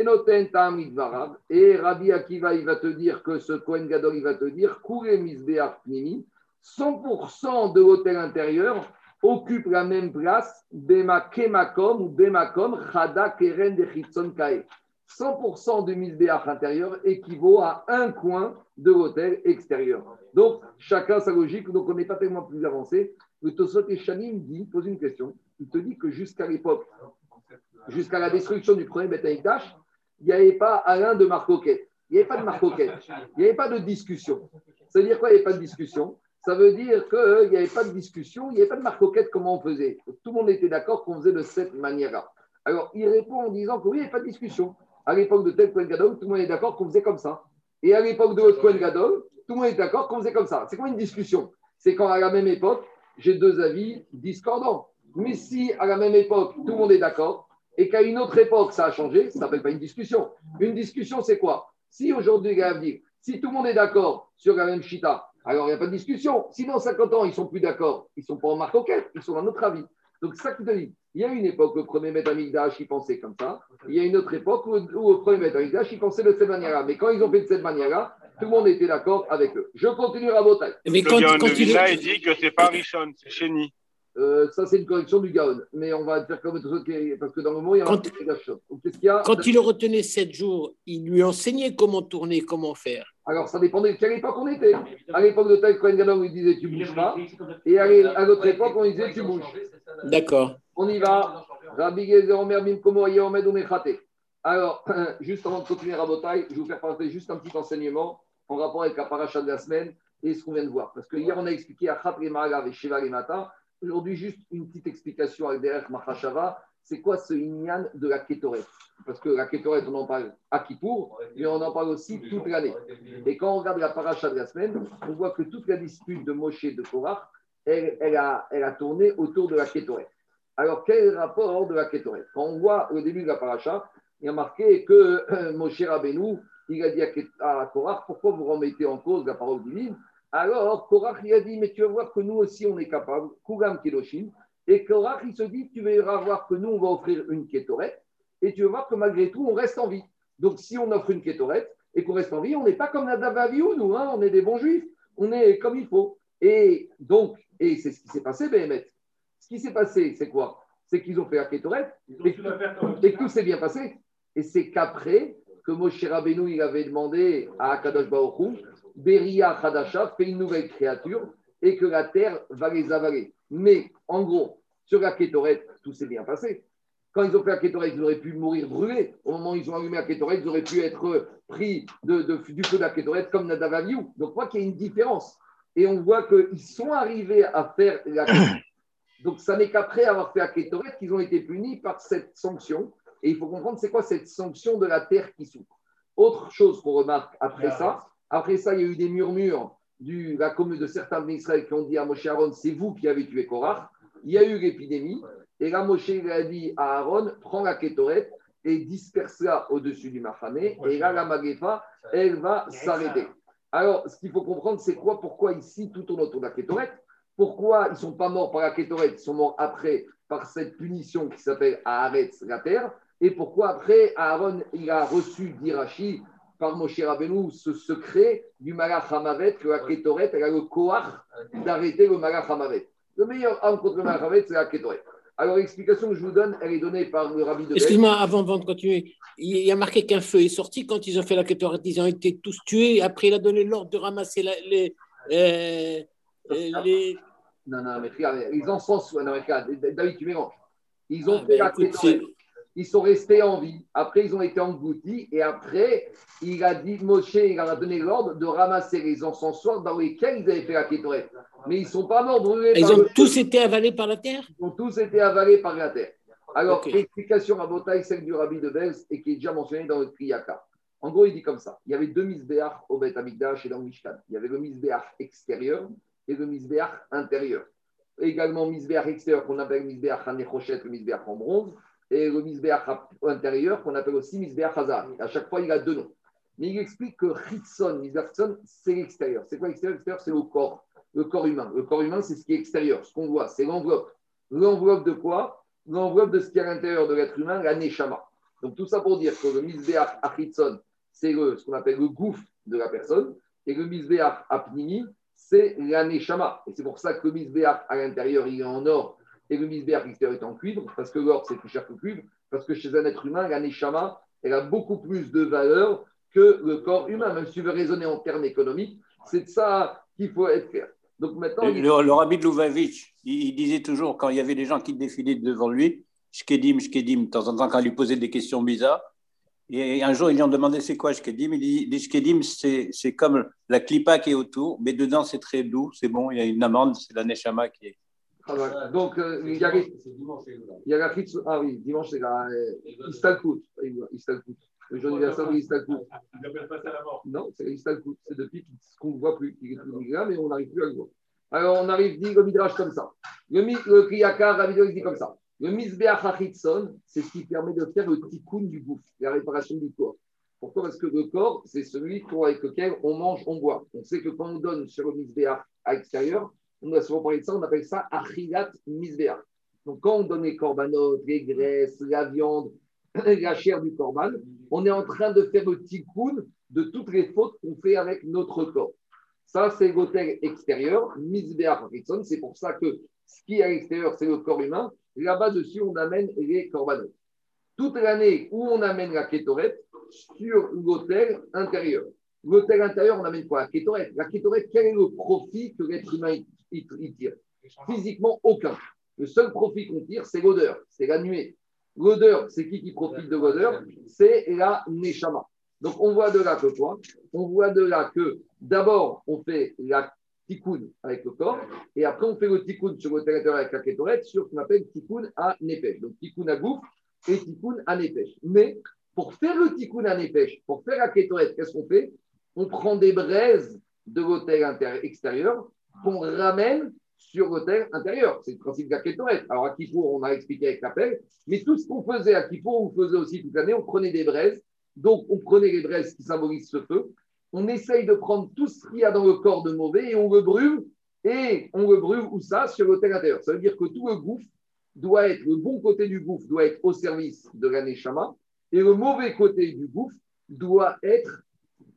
Et Rabbi Akiva, il va te dire que ce Kohen Gadol, il va te dire Kouré Misbéach Pnimi, cent pour cent de l'hôtel intérieur occupe la même place, Bema Kemakom ou Bemakom, Chada Keren de Chitzon Kae. cent pour cent du Misbéach intérieur équivaut à un coin de l'hôtel extérieur. Donc, chacun sa logique, donc on n'est pas tellement plus avancé. Le Tosot et Shanim dit, pose une question, il te dit que jusqu'à l'époque, jusqu'à la destruction du premier Beth Amikdash, il n'y avait pas Alain de Marcoquette. Il n'y avait pas de Marcoquette. Il n'y avait pas de discussion. Ça veut dire quoi, il n'y avait pas de discussion? Ça veut dire qu'il n'y avait pas de discussion, il n'y avait pas de Marcoquette, comment on faisait. Tout le monde était d'accord qu'on faisait de cette manière-là. Alors, il répond en disant que oui, il n'y avait pas de discussion. À l'époque de tel Kohen Gadol, tout le monde est d'accord qu'on faisait comme ça. Et à l'époque de l'autre Kohen Gadol, tout le monde est d'accord qu'on faisait comme ça. C'est quoi une discussion? C'est quand à la même époque, j'ai deux avis discordants. Mais si à la même époque, tout le monde est d'accord, et qu'à une autre époque, ça a changé, ça ne s'appelle pas une discussion. Une discussion, c'est quoi? Si aujourd'hui, si tout le monde est d'accord sur la même chita, alors il n'y a pas de discussion. Si dans cinquante ans, ils ne sont plus d'accord, ils ne sont pas en marcoquette, ils sont dans notre avis. Donc, c'est ça qui te dit. Il y a une époque, le premier Beth Amikdash, il pensait comme ça. Il y a une autre époque où, où le premier Beth Amikdash, il pensait de cette manière-là. Mais quand ils ont fait de cette manière-là, tout le monde était d'accord avec eux. Je continue à voter. Mais quand, le Gaon quand de il Vilna, est... il dit que c'est pas Rishon, c'est Chéni. Euh, ça, c'est une correction du Gaon. Mais on va faire comme tout ce parce que dans le mot, il y a un Quand- petit chose. Donc, qu'est-ce qu'il y a? Quand il le retenait sept jours, il lui enseignait comment tourner, comment faire. Alors, ça dépendait de quelle époque on était. À l'époque de Tel Kohen Gadol, on lui disait tu bouges pas. Et à l'é- à l'autre époque, on lui disait tu bouges. D'accord. On y va. Rabbi Gezer Omer Bimkomo Yehomed Omechate. Alors, juste avant de continuer à Botaï, je vais vous faire passer juste un petit enseignement en rapport avec la paracha de la semaine et ce qu'on vient de voir. Parce que hier, on a expliqué à Chat Remarav et Sheva Remata. Aujourd'hui, juste une petite explication avec Derech Machashava. C'est quoi ce Inyan de la Kétoret? Parce que la Kétoret, on en parle à Kippour, mais on en parle aussi toute l'année. Et quand on regarde la paracha de la semaine, on voit que toute la dispute de Moshe et de Korach, elle, elle, a, elle a tourné autour de la Kétoret. Alors, quel est le rapport de la Kétoret? Quand on voit au début de la paracha, il y a marqué que euh, Moshe Rabbeinu, il a dit à, à Korach, pourquoi vous remettez en cause la parole divine? Alors, Korach, il a dit, mais tu vas voir que nous aussi, on est capable, Kugam Kedoshim. Et Korach, il se dit, tu vas voir que nous, on va offrir une Kétoret, et tu vas voir que malgré tout, on reste en vie. Donc, si on offre une Kétoret et qu'on reste en vie, on n'est pas comme Nadav et Avihu, nous, hein, on est des bons juifs. on est comme il faut. Et donc, et c'est ce qui s'est passé, Béhémet. Ce qui s'est passé, c'est quoi? C'est qu'ils ont fait la Kétoret et, et que tout s'est bien passé. Et c'est qu'après que Moshe Rabbeinu, il avait demandé à Akadosh Baruch Hu, Beria Khadasha, fait une nouvelle créature et que la terre va les avaler. Mais en gros, sur la Kétoret, tout s'est bien passé. Quand ils ont fait la Kétoret, ils auraient pu mourir brûlés. Au moment où ils ont allumé la Kétoret, ils auraient pu être pris de, de, du feu de la Kétoret comme Nadav Avihu. Donc, je crois qu'il y a une différence. Et on voit qu'ils sont arrivés à faire la Kétoret. Donc, ça n'est qu'après avoir fait la Kétoret qu'ils ont été punis par cette sanction. Et il faut comprendre c'est quoi cette sanction de la terre qui souffre. Autre chose qu'on remarque après ça, après ça, il y a eu des murmures du, la commune de certains d'Israël qui ont dit à Moshe Aaron, c'est vous qui avez tué Korach. Il y a eu l'épidémie. Et là, Moshe il a dit à Aaron, prends la Kétoret et disperse-la au-dessus du Machané. Et là, la Maguefa, elle va s'arrêter. Alors, ce qu'il faut comprendre, c'est quoi, pourquoi ici, tout tourne autour de la Kétoret. Pourquoi ils ne sont pas morts par la Kétoret, ils sont morts après par cette punition qui s'appelle Haaretz, la terre. Et pourquoi après, Aaron, il a reçu d'Irachi par Moshe Rabbeinu ce secret du Malach Hamavet, que la Kétoret, elle a le koach d'arrêter le Malach Hamavet. Le meilleur homme contre le Malach Hamavet, c'est la Kétoret. Alors, l'explication que je vous donne, elle est donnée par le rabbi de Excuse-moi, avant, avant de continuer, il y a marqué qu'un feu est sorti quand ils ont fait la Kétoret. Ils ont été tous tués. Après, il a donné l'ordre de ramasser la, les, euh, les. Non, non, mais regarde, ils en sont. Non, mais regarde, David, tu mélanges. Ils ont Ah, fait ben, la écoute, Kétoret. Ils sont restés en vie. Après, ils ont été engloutis. Et après, il a dit, Moshe, il a donné l'ordre de ramasser les encensoirs dans lesquels ils avaient fait la Kétoret. Mais ils ne sont pas morts brûlés. Ils par ont le... tous été avalés par la terre. Ils ont tous été avalés par la terre. Alors, Okay. l'explication à Botaï, celle du rabbi de Belz, et qui est déjà mentionnée dans le Kriyaka. En gros, il dit comme ça. Il y avait deux misbéach au Beth Amikdash et dans le Mishkan. Il y avait le misbéach extérieur et le misbéach intérieur. Également, misbéach extérieur qu'on appelle misbéach hanechochet, le misbéach en bronze, et le misbéach intérieur qu'on appelle aussi misbéach hazar. À chaque fois, il a deux noms. Mais il explique que Chitzon, misbéach Chitzon, c'est l'extérieur. C'est quoi l'extérieur? L'extérieur, c'est le corps. Le corps humain. Le corps humain, c'est ce qui est extérieur. Ce qu'on voit, c'est l'enveloppe. L'enveloppe de quoi? L'enveloppe de ce qui est à l'intérieur de l'être humain, la neshama. Donc, tout ça pour dire que le misbéach Chitzon, c'est le, ce qu'on appelle le gouffre de la personne. Et le misbéach apnimi, c'est la neshama. Et c'est pour ça que le misbéach à l'intérieur, il est en or. Et le misbéach extérieur est en cuivre. Parce que l'or, c'est plus cher que le cuivre. Parce que chez un être humain, la neshama, elle a beaucoup plus de valeur que le corps humain. Même si tu veux raisonner en termes économiques, c'est de ça qu'il faut être clair. Donc maintenant, le, il... le, le rabbi de Louvavitch, il, il disait toujours, quand il y avait des gens qui défilaient devant lui, Shkedim, Shkedim, de temps en temps, quand il lui posait des questions bizarres, et un jour, ils lui ont demandé c'est quoi Shkedim. Il dit, les Shkedim, c'est, c'est comme la clipa qui est autour, mais dedans, c'est très doux, c'est bon, il y a une amande, c'est la neshama qui est. Ah ouais. Donc, euh, il y a les... il y a la Chitz... Ah oui, dimanche, c'est la euh, Istalkut. Istalkut. Le jour d'anniversaire de Istalkut. Il n'appelle pas ça la mort. Non, c'est Istalkut. C'est depuis qu'on ne voit plus. Il est plus là, mais on n'arrive plus à le voir. Alors, on arrive, dit le Midrash comme ça. Le, le Kriyaka, la vidéo, il dit comme ça. Le Misbeach HaChitzon, c'est ce qui permet de faire le tikkun du gouffre, la réparation du corps. Pourquoi? Parce que le corps, c'est celui avec lequel on mange, on boit. On sait que quand on donne sur le Misbeach à l'extérieur, on a souvent parlé de ça, on appelle ça Achilat Misbeach. Donc, quand on donne les corbanotes, les graisses, la viande, la chair du corban, on est en train de faire le tikkun de toutes les fautes qu'on fait avec notre corps. Ça, c'est l'autel extérieur, Misbeach HaChitzon. C'est pour ça que ce qui est à l'extérieur, c'est le corps humain. Là-bas, dessus, on amène les corbanotes. Toute l'année où on amène la kétoret sur l'autel intérieur. L'autel intérieur, on amène quoi? La kétoret. La kétoret, quel est le profit que l'être humain il, il tire? Physiquement, aucun. Le seul profit qu'on tire, c'est l'odeur, c'est la nuée. L'odeur, c'est qui qui profite de l'odeur? C'est la neshama. Donc, on voit de là que quoi? On voit de là que d'abord, on fait la tikkun avec le corps, et après on fait le tikkun sur le territoire avec la kétoret, sur ce qu'on appelle tikkun à nefesh. Donc tikkun à gouffre et tikkun à nefesh. Mais pour faire le tikkun à nefesh, pour faire la kétoret, qu'est-ce qu'on fait? On prend des braises de l'autel extérieur qu'on ramène sur l'autel intérieur. C'est le principe de la kétoret. Alors à Kippour, on a expliqué avec l'appel, mais tout ce qu'on faisait à Kippour, on faisait aussi toute l'année, on prenait des braises. Donc on prenait les braises qui symbolisent ce feu. On essaye de prendre tout ce qu'il y a dans le corps de mauvais et on le brûle, et on le brûle où ça? Sur l'autel intérieur. Ça veut dire que tout le gouffre doit être, le bon côté du gouffre doit être au service de la neshama, et le mauvais côté du gouffre doit être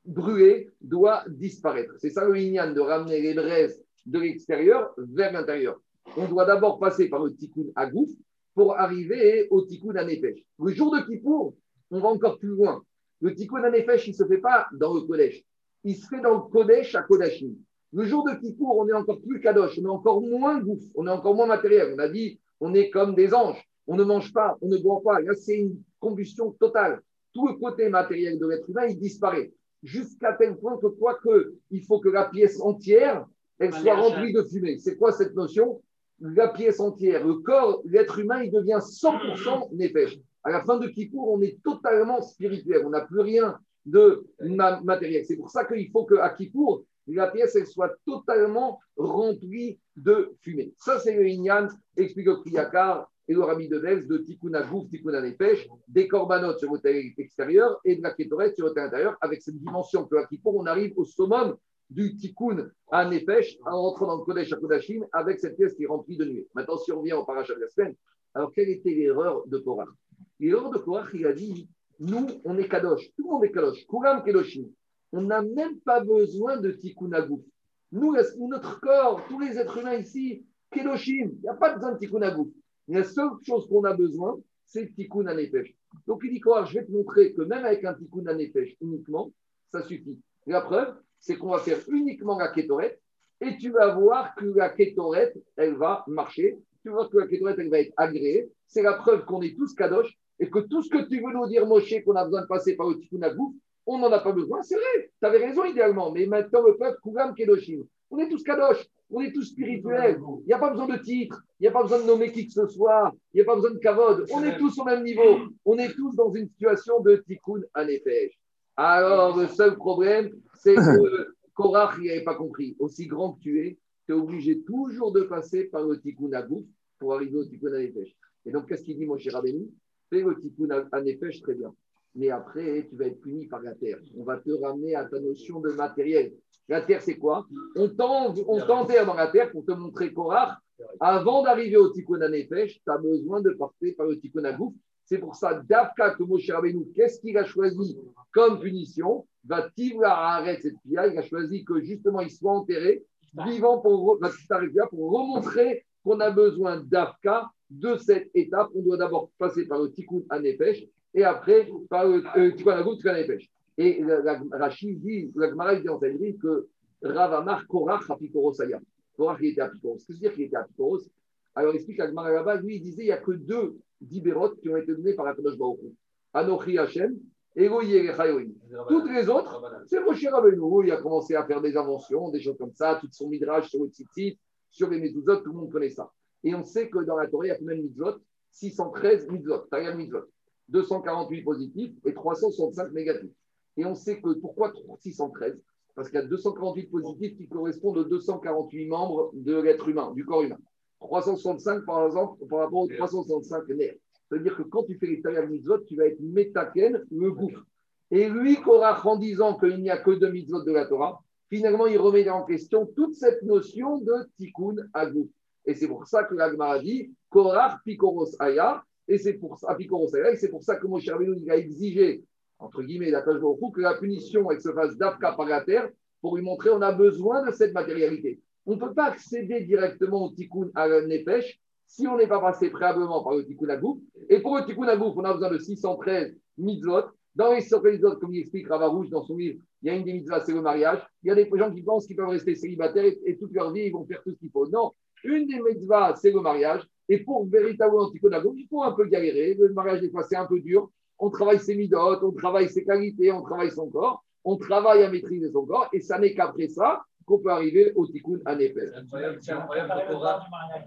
brûlé doit disparaître. C'est ça le Inyan de ramener les braises de l'extérieur vers l'intérieur. On doit d'abord passer par le tikkun agouf pour arriver au tikkun anefesh. Le jour de Kippour, on va encore plus loin. Le tikkun anefesh, il ne se fait pas dans le Kodesh. Il se fait dans le Kodesh à Kodashim. Le jour de Kippour, on est encore plus kadosh, on est encore moins gouf, on est encore moins matériel. On a dit, on est comme des anges. On ne mange pas, on ne boit pas. Là, c'est une combustion totale. Tout le côté matériel de l'être humain, il disparaît. Jusqu'à tel point que quoi que, il faut que la pièce entière, elle soit remplie de fumée. C'est quoi cette notion? La pièce entière, le corps, l'être humain, il devient cent pour cent nefesh. À la fin de Kippour, on est totalement spirituel. On n'a plus rien de ma- matériel. C'est pour ça qu'il faut qu'à Kippour, la pièce, elle soit totalement remplie de fumée. Ça, c'est le Inyan, explique le Kriyakar et le Rabbi de Belz de Tikkun Agouf, Tikkun Anefesh, des corbanotes sur le terrain extérieur et de la kétorette sur le terrain intérieur, avec cette dimension que à Kippour, on arrive au summum du Tikkun Anefesh en rentrant dans le Kodesh HaKodashim avec cette pièce qui est remplie de nuée. Maintenant, si on revient au parachat de la semaine, alors quelle était l'erreur de Korach? L'erreur de Korach, il a dit, nous, on est Kadosh, tout le monde est Kadosh, Kuram Kedoshim. On n'a même pas besoin de Tikkun Agouf. Nous, notre corps, tous les êtres humains ici, Kedoshim, il n'y a pas besoin de Tikkun Agouf. La seule chose qu'on a besoin, c'est le Tikkun Anefesh. Donc il dit quoi? Je vais te montrer que même avec un Tikkun Anefesh uniquement, ça suffit. La preuve, c'est qu'on va faire uniquement la kétorette et tu vas voir que la kétorette, elle va marcher. Tu vas voir que la kétorette, elle va être agréée. C'est la preuve qu'on est tous kadosh et que tout ce que tu veux nous dire, Moshe, qu'on a besoin de passer par le Tikkun Agouf, on n'en a pas besoin. C'est vrai, tu avais raison idéalement, mais maintenant le peuple, Kulam Kedoshim, on est tous kadosh. On est tous spirituels. Il n'y a pas besoin de titre. Il n'y a pas besoin de nommer qui que ce soit. Il n'y a pas besoin de kavod. On est tous au même niveau. On est tous dans une situation de tikkun anefesh. Alors, le seul problème, c'est que Korach, il n'avait pas compris. Aussi grand que tu es, tu es obligé toujours de passer par le tikkun agouf pour arriver au tikkun anefesh. Et donc, qu'est-ce qu'il dit, mon cher Rabbeinu? Fais le tikkun anefesh très bien. Mais après, tu vas être puni par la terre. On va te ramener à ta notion de matériel. La terre, c'est quoi? On t'enterre dans la terre pour te montrer Korach. Avant d'arriver au Tikkun Anefesh, tu as besoin de passer par le Tikkun Agouf. C'est pour ça, Davka, que Moshe Rabbeinu, qu'est-ce qu'il a choisi comme punition? Va tivla arrête cette fille. Il a choisi que justement, il soit enterré, vivant pour, pour remontrer qu'on a besoin d'Avka de cette étape. On doit d'abord passer par le Tikkun Anefesh et après par le euh, Tikkun Agouf, Tikkun Anefesh. Et Rachid dit, la Gemara dit en Talmud que Rav Amar Korach Apikoros Aya. Korach, il était Apikoros. Qu'est-ce que c'est-à-dire qu'il était Apikoros? Alors, il explique la Gemara là-bas, lui, il disait il n'y a que deux dibérot qui ont été donnés par la Kadosh Baruch Hu. Anochi Hashem, Eloi Yerecha Elohim. Toutes les autres, c'est Moshe Rabbeinu. Il a commencé à faire des inventions, des choses comme ça, tout son midrash sur le tzitzit, sur les mezuzot, tout le monde connaît ça. Et on sait que dans la Torah, il y a combien de mitzvot? six cent treize mitzvot, Taryag mitzvot. deux cent quarante-huit positifs et trois cent soixante-cinq négatifs. Et on sait que pourquoi six cent treize? Parce qu'il y a deux cent quarante-huit positifs qui correspondent aux deux cent quarante-huit membres de l'être humain, du corps humain. trois cent soixante-cinq, par exemple, par rapport aux trois cent soixante-cinq nerfs. C'est-à-dire que quand tu fais les Taryag mitzvot, tu vas être métaken, le gouffre. Et lui, Korach, en disant qu'il n'y a que deux mitzvot de la Torah, finalement, il remet en question toute cette notion de tikkun agouf. Et c'est pour ça que la Gemara dit Korach pikoros aya, et c'est pour ça, pikoros aya, et c'est pour ça que Moshe Rabbeinu a exigé entre guillemets, la tâche de que la punition elle se fasse d'Afka par la terre pour lui montrer qu'on a besoin de cette matérialité. On ne peut pas accéder directement au Tikkun Anefesh si on n'est pas passé préalablement par le Tikkun Agouf. Et pour le Tikkun Agouf, on a besoin de six cent treize mitzvot. Dans les six cent treize mitzvot, comme il explique Ravarouche dans son livre, il y a une des mitzvot, c'est le mariage. Il y a des gens qui pensent qu'ils peuvent rester célibataires et, et toute leur vie, ils vont faire tout ce qu'il faut. Non, une des mitzvot, c'est le mariage. Et pour véritablement Tikkun Agouf, il faut un peu galérer. Le mariage, des fois, c'est un peu dur. On travaille ses midotes, on travaille ses qualités, on travaille son corps, on travaille à maîtriser son corps, et ça n'est qu'après ça qu'on peut arriver au tikkun anefesh. C'est incroyable, c'est incroyable le Korach.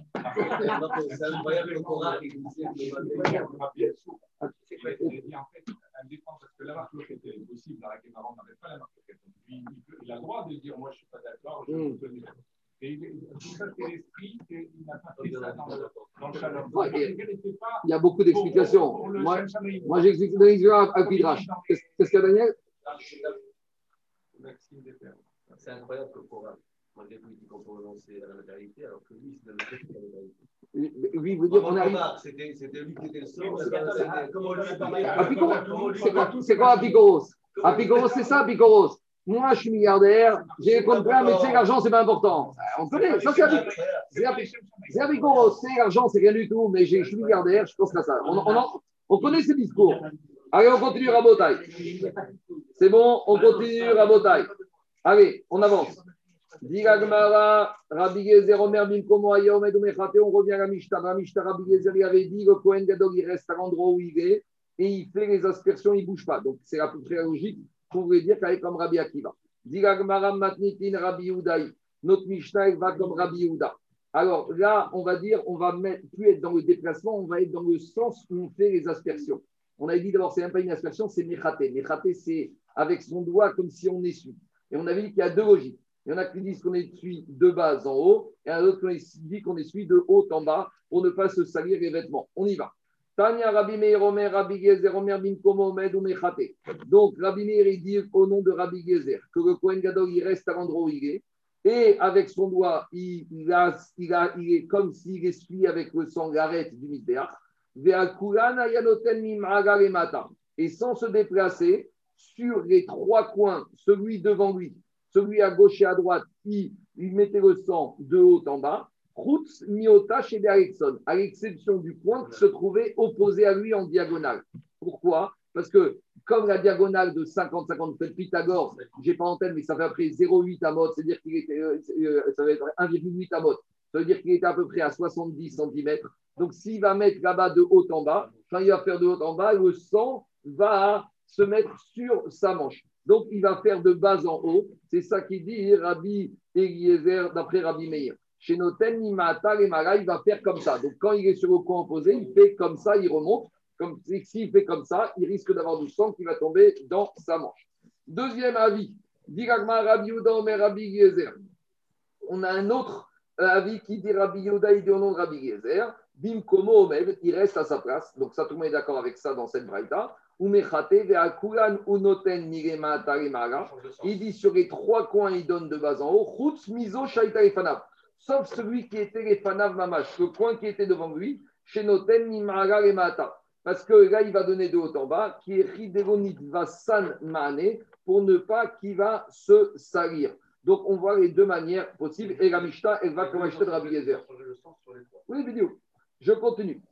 C'est incroyable le Korach. Parce que la marque était possible, la Gemara n'avait pas la marque. Il a le droit de dire moi je ne suis pas d'accord, je ne connais pas. Et tout ça, c'est l'esprit, il n'a pas fait ça dans le, dans le shalom. Ouais, il y a beaucoup d'explications. Pour, pour moi, moi j'explique dans les à Pidrash. Qu'est-ce qu'il y a, Daniel? C'est incroyable que pour malgré tout, il dit qu'on peut renoncer à la matérialité, alors que lui, c'est dans le fait de la matérialité. Oui, vous dire qu'on arrive. C'était, c'était lui qui était le seul. Comment lui Apicoros, c'est quoi Apicoros? Apicoros, c'est ça, Apicoros. Moi, je suis milliardaire, j'ai les comptes pleins, mais tu sais, l'argent, c'est pas important. On connaît, ça, c'est avec- c'est avec- c'est avec Goro, c'est l'argent, c'est rien du tout, mais j'ai- je suis milliardaire, je pense qu'à ça. On, on, en- on connaît ces discours. Allez, on continue, Rabotai. C'est bon, on continue, Rabotai. Allez, on avance. Diga Gemara, Rabbi Gezer, Omer, Bimkomo, Ayomed, Umechate, on revient à la Mishnah. La Mishnah, Rabbi Gezer, il avait dit, le Kohen Gadol, il reste à l'endroit où il est et il fait les aspersions, il ne bouge pas. Donc, c'est à peu près logique. On pourrait dire qu'elle est comme Rabbi Akiva. Diga Gemara, Matnitin, Rabbi Yehudaï. Notre Mishnah, elle va comme Rabbi Yehuda. Alors là, on va dire, on va mettre, plus être dans le déplacement, on va être dans le sens où on fait les aspersions. On avait dit d'abord, c'est même pas une aspersion, c'est Mechate. Mechate, c'est avec son doigt comme si on essuie. Et on avait dit qu'il y a deux logiques. Il y en a qui disent qu'on essuie de bas en haut, et un autre qui dit qu'on essuie de haut en bas pour ne pas se salir les vêtements. On y va. Tania Rabbi Meir Omer, Rabbi Gezer Omer, Bimkomo Omed ou Mechate. Donc, Rabbi Meir, il dit au nom de Rabbi Gezer que le Kohen Gadol, il reste à l'endroit où il est, et avec son doigt, il, il, a, il, a, il est comme s'il essuie avec le sang l'arête du Misbéach. Et sans se déplacer sur les trois coins, celui devant lui, celui à gauche et à droite, il, il mettait le sang de haut en bas. Routz miota chez Alexon, à l'exception du point qui se trouvait opposé à lui en diagonale. Pourquoi? Parce que comme la diagonale de cinquante cinquante, peut-être Pythagore, je n'ai pas en tête, mais ça fait après zéro virgule huit à mode, c'est-à-dire qu'il était, euh, ça va être un virgule huit à mode, ça veut dire qu'il était à peu près à soixante-dix centimètres. Donc s'il va mettre là-bas de haut en bas, quand il va faire de haut en bas, le sang va se mettre sur sa manche. Donc il va faire de bas en haut. C'est ça qu'il dit Rabbi Eliezer d'après Rabbi Meir. Chez Noten, Nimata, et Mara, il va faire comme ça. Donc quand il est sur le coin opposé, il fait comme ça, il remonte. Comme, s'il fait comme ça, il risque d'avoir du sang qui va tomber dans sa manche. Deuxième avis, Diragma Rabbi Yehuda Omer Rabbi Eliezer. On a un autre avis qui dit Rabbi Yehuda, il dit au nom de Rabbi Eliezer. Bim Komo Omed, il reste à sa place. Donc ça, tout le monde est d'accord avec ça dans cette braïta. Umechate ve'akulan unoten mirema tarimara. Il dit sur les trois coins, il donne de bas en haut. Chutz mizo shaita efanav. Sauf celui qui était les fanav mamash, le coin qui était devant lui, chez noten nimara remata. Parce que là, il va donner de haut en bas, qui est ridéronit vasan maane, pour ne pas qu'il va se salir. Donc, on voit les deux manières possibles. Et la Mishnah, elle va comme Mishnah de Rabbi Yezer. Oui, vidéo. Je continue.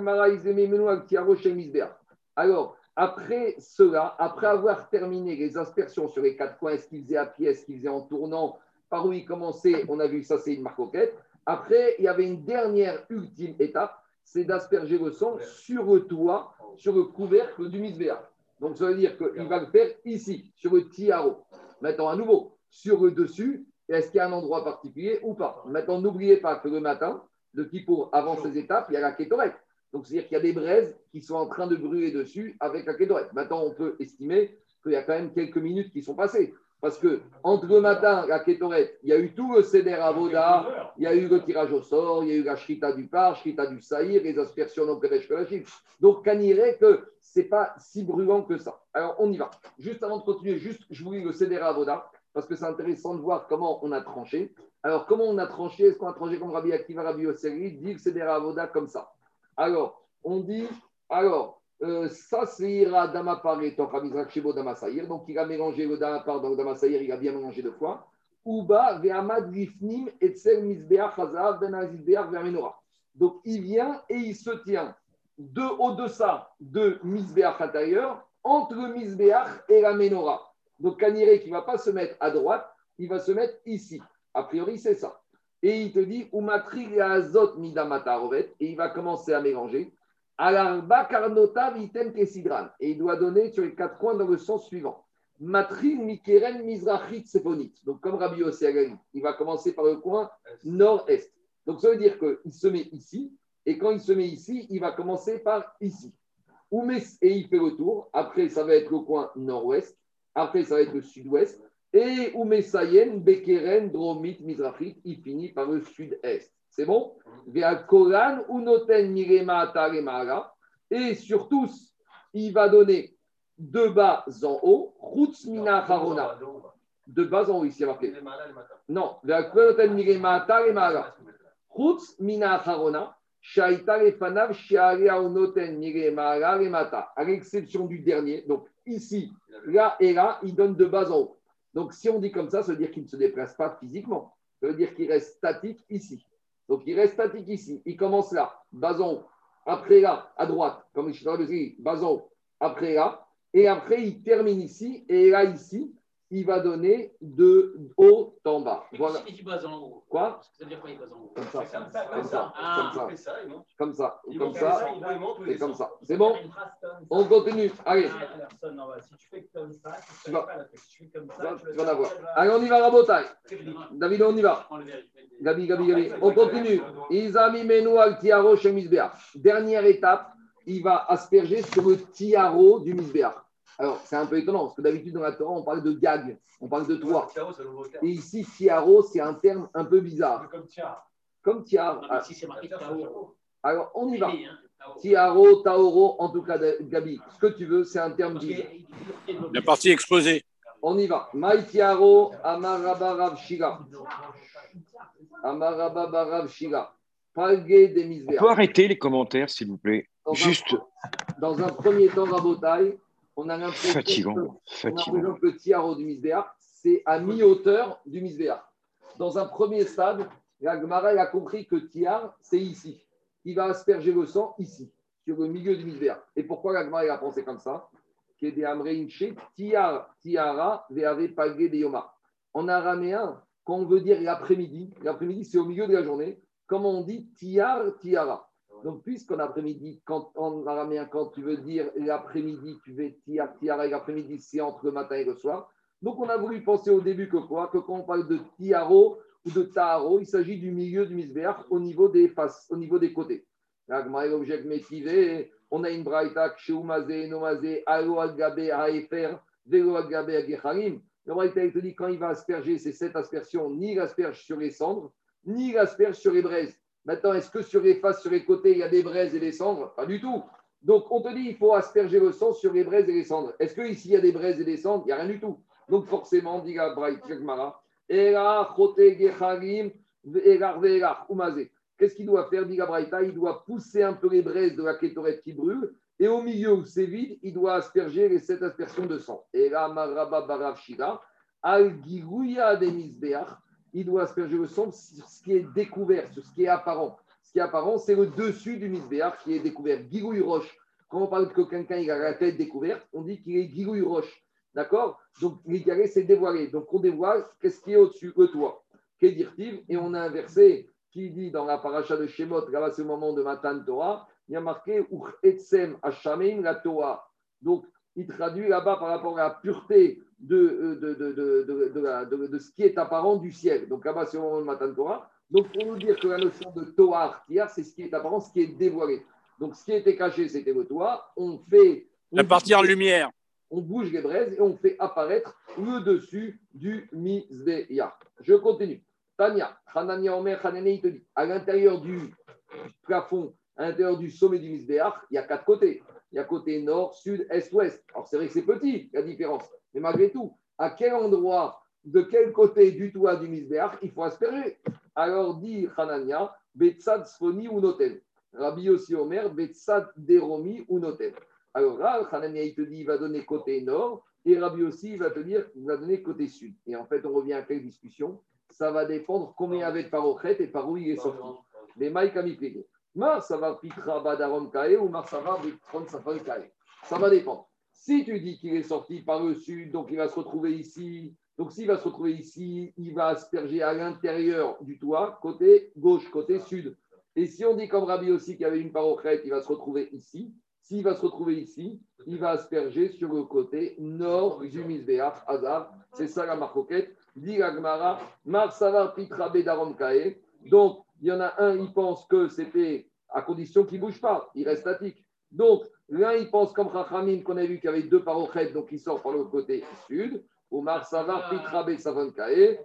Alors, après cela, après avoir terminé les aspersions sur les quatre coins, est-ce qu'il faisait à pied, est-ce qu'il faisait en tournant, par où il commençait, on a vu ça, c'est une marcoquette. Après, il y avait une dernière, ultime étape, c'est d'asperger le sang sur le toit, sur le couvercle du misbéach. Donc, ça veut dire qu'il va le faire ici, sur le tiaro. Maintenant, à nouveau, sur le dessus, est-ce qu'il y a un endroit particulier ou pas? Maintenant, n'oubliez pas que le matin, de Kippour, avant ces étapes, il y a la kétorette. Donc, c'est-à-dire qu'il y a des braises qui sont en train de brûler dessus avec la kétorette. Maintenant, on peut estimer qu'il y a quand même quelques minutes qui sont passées. Parce que entre le matin, la kétorette, il y a eu tout le Seder Avoda, il y a eu le tirage au sort, il y a eu la Shrita du Par, Shrita du Saïr, les aspersions non Kadesh Kalachim. Donc, on dirait que ce n'est pas si brûlant que ça. Alors, on y va. Juste avant de continuer, juste, je vous lis le Seder Avoda, parce que c'est intéressant de voir comment on a tranché. Alors, comment on a tranché? Est-ce qu'on a tranché comme Rabbi Akiva, Rabbi Yosseri, dit le Seder Avoda comme ça? Alors, on dit, alors, euh, ça c'est Ira Damapare, Tochamizrak Shebo Damasaïr. Donc, il a mélangé le Damapar dans le Damasaïr, il a bien mélangé deux fois. Uba, Ve'amad Rifnim, Etzel Mizbeach Hazav, Ben Azizbeach, Ve'amenora. Donc, il vient et il se tient de au-dessous de Mizbeach intérieur, entre le Mizbeach et la Menorah. Donc, Kanire qui ne va pas se mettre à droite, il va se mettre ici. A priori, c'est ça. Et il te dit, Umatri azot midamata rovet, et il va commencer à mélanger. Alarba karnota vitem kesidran, et il doit donner sur les quatre coins dans le sens suivant. Matri mikeren mizrachit seponit. Donc, comme Rabbi Yossi Agali, il va commencer par le coin nord-est. Donc, ça veut dire qu'il se met ici, et quand il se met ici, il va commencer par ici. Et il fait le tour. Après, ça va être le coin nord-ouest. Après, ça va être le sud-ouest. Et Umesayen, Bekeren, Dromit, Mizrachit, il finit par le sud-est. C'est bon? Et sur tous, il va donner de bas en haut, Chutz Mina Harona. De bas en haut, ici, il y a marqué. Non, Chutz Mina Harona, Shaita Lefanav, Sharia Onoten Miremara Remata. À l'exception du dernier, donc ici, là et là, il donne de bas en haut. Donc, si on dit comme ça, ça veut dire qu'il ne se déplace pas physiquement. Ça veut dire qu'il reste statique ici. Donc, il reste statique ici. Il commence là, bas en haut. Après là, à droite, comme je t'avais dit, bas en haut. Après là. Et après, il termine ici. Et là, ici, il va donner de haut en bas. Voilà. Et tu bases en haut. Quoi? Ça veut dire quoi, il base en haut? Comme ça. Comme ça, Comme ça. Ah. Comme ça. Comme ça. Il Comme monte ça. les cents, il monte Et les comme cents. ça. C'est bon? On continue. Allez. Personne n'en va. Si tu fais comme ça, tu Tu ne vas- pas la tête. Si tu fais comme Tu ça, vas tu le tu vas en avoir. fais, elle va- Allez, on y va, Rabotai. Technique. David, on y va. On le vérifie. Gabi, Gabi, Gabi. On continue. Isami Menou al Tiaro chez Misbéach. Dernière étape, il va asperger sur le Tiaro du Misbéach. Alors, c'est un peu étonnant, parce que d'habitude, dans la Torah, on parle de gag, on parle de toit. Et ici, Tiaro, c'est un terme un peu bizarre. Comme tiara. Comme Tiar. Non, mais si c'est marqué Tao. Alors, on y va. Oui, hein, Tao. Tiaro, Taoro, en tout cas, Gabi, ce que tu veux, c'est un terme Parce bizarre. que- La partie exposée. On y va. Maï Tiaro, Amaraba Rav Shira. Amaraba Rav Shira. Palgué des On Misbéach. peut arrêter les commentaires, s'il vous plaît. Dans un- Juste Dans un premier temps, Rabotai, on a l'impression que, fatigant. on a Fatigant. l'impression que le tiaro du Misbéach, c'est à mi-hauteur du Misbéach. Dans un premier stade, la Gemara elle a compris que tiar, c'est ici. Il va asperger le sang ici, sur le milieu du Misbéach. Et pourquoi la Gemara elle a pensé comme ça? Tiar, tiara, ve'ave palgué de yoma. En araméen, quand on veut dire l'après-midi, l'après-midi c'est au milieu de la journée, comment on dit tiar, tiara? Donc, puisqu'en après-midi, quand, en araméen, quand tu veux dire l'après-midi, tu veux tiar, tiara, et l'après-midi, c'est entre le matin et le soir. Donc, on a voulu penser au début que quoi? Que quand on parle de tiaro ou de taharo, il s'agit du milieu du misbéach au niveau des faces, au niveau des côtés. L'agma est l'objet métivé. On a une braïta, Sheumazé, Nomazé, Alo Agabé, Haefer, Velo Agabé, Agecharim. La braïta, il te dit quand il va asperger, c'est cette aspersion, ni il asperge sur les cendres, ni il asperge sur les braises. Maintenant, est-ce que sur les faces, sur les côtés, il y a des braises et des cendres? Pas du tout. Donc, on te dit il faut asperger le sang sur les braises et les cendres. Est-ce qu'ici, il y a des braises et des cendres? Il n'y a rien du tout. Donc, forcément, dit la braïta, Gemara, Ela, Chote, Gecharim, Ve'elar, Ve'elar, Umazé. Qu'est-ce qu'il doit faire, dit la braïta? Il doit pousser un peu les braises de la kétorette qui brûle. Et au milieu où c'est vide, il doit asperger les sept aspersions de sang. Et là, Maraba Barav Shira, Al Girouya des Misbéach, il doit asperger le sang sur ce qui est découvert, sur ce qui est apparent. Ce qui est apparent, c'est le dessus du Misbéach qui est découvert. Girouille roche. Quand on parle que quelqu'un il a la tête découverte, on dit qu'il est Girouille roche. D'accord? Donc, l'égaré, c'est dévoilé. Donc, on dévoile qu'est-ce qui est au-dessus, le toit. Qu'est dirtive? Et on a un verset qui dit dans la paracha de Shemot, là-bas, c'est au moment de Matan Torah, il y a marqué Uch Etsem Hashamim la Torah. Donc, il traduit là-bas par rapport à la pureté de, de, de, de, de, de, la- de- de ce qui est apparent du ciel. Donc, là-bas, c'est au moment de Matan Torah. Donc, pour nous dire que la notion de Torah, c'est ce qui est apparent, ce qui est dévoilé. Donc, ce qui était caché, c'était le toit. On fait. on La partie en bouge- lumière. On bouge les braises et on fait apparaître le dessus du Mizbeach. Je continue. Tania, Hanania Omer, Hanane, il te dit, à l'intérieur du plafond, à l'intérieur du sommet du Mizbeach, il y a quatre côtés. Il y a côté nord, sud, est, ouest. Alors c'est vrai que c'est petit, la différence. Mais malgré tout, à quel endroit, de quel côté du toit du Mizbeach, il faut asperger? Alors dit Hanania, Betsad Sfoni ou Noten. Rabbi Yossi Omer, Betsad Deromi ou Noten. Alors là, Hanania, il te dit, il va donner côté nord, et Rabbi aussi, il va te dire, il va donner côté sud. Et en fait, on revient à quelle discussion? Ça va dépendre combien il y avait de parochet et par où il est sorti. Les maïs kamiplégués. Mar, ça va pitra badarom kae ou mar, ça va bitron safan kae. Ça va dépendre. Si tu dis qu'il est sorti par le sud, donc il va se retrouver ici. Donc s'il va se retrouver ici, il va asperger à l'intérieur du toit, côté gauche, côté sud. Et si on dit comme Rabbi aussi qu'il y avait une parochet, il va se retrouver ici. S'il va se retrouver ici, il va asperger sur le côté nord du Mizbeach, Hazar. C'est ça la marcoquette. Dit la Gemara, Mar Savar Pitra Bedarom Kae. Donc, il y en a un, il pense que c'était à condition qu'il ne bouge pas, il reste statique. Donc, l'un, il pense comme Chachamim, qu'on a vu qu'il y avait deux parochettes, donc il sort par le côté sud. Ou Mar Savar Pitra Bedarom Kae.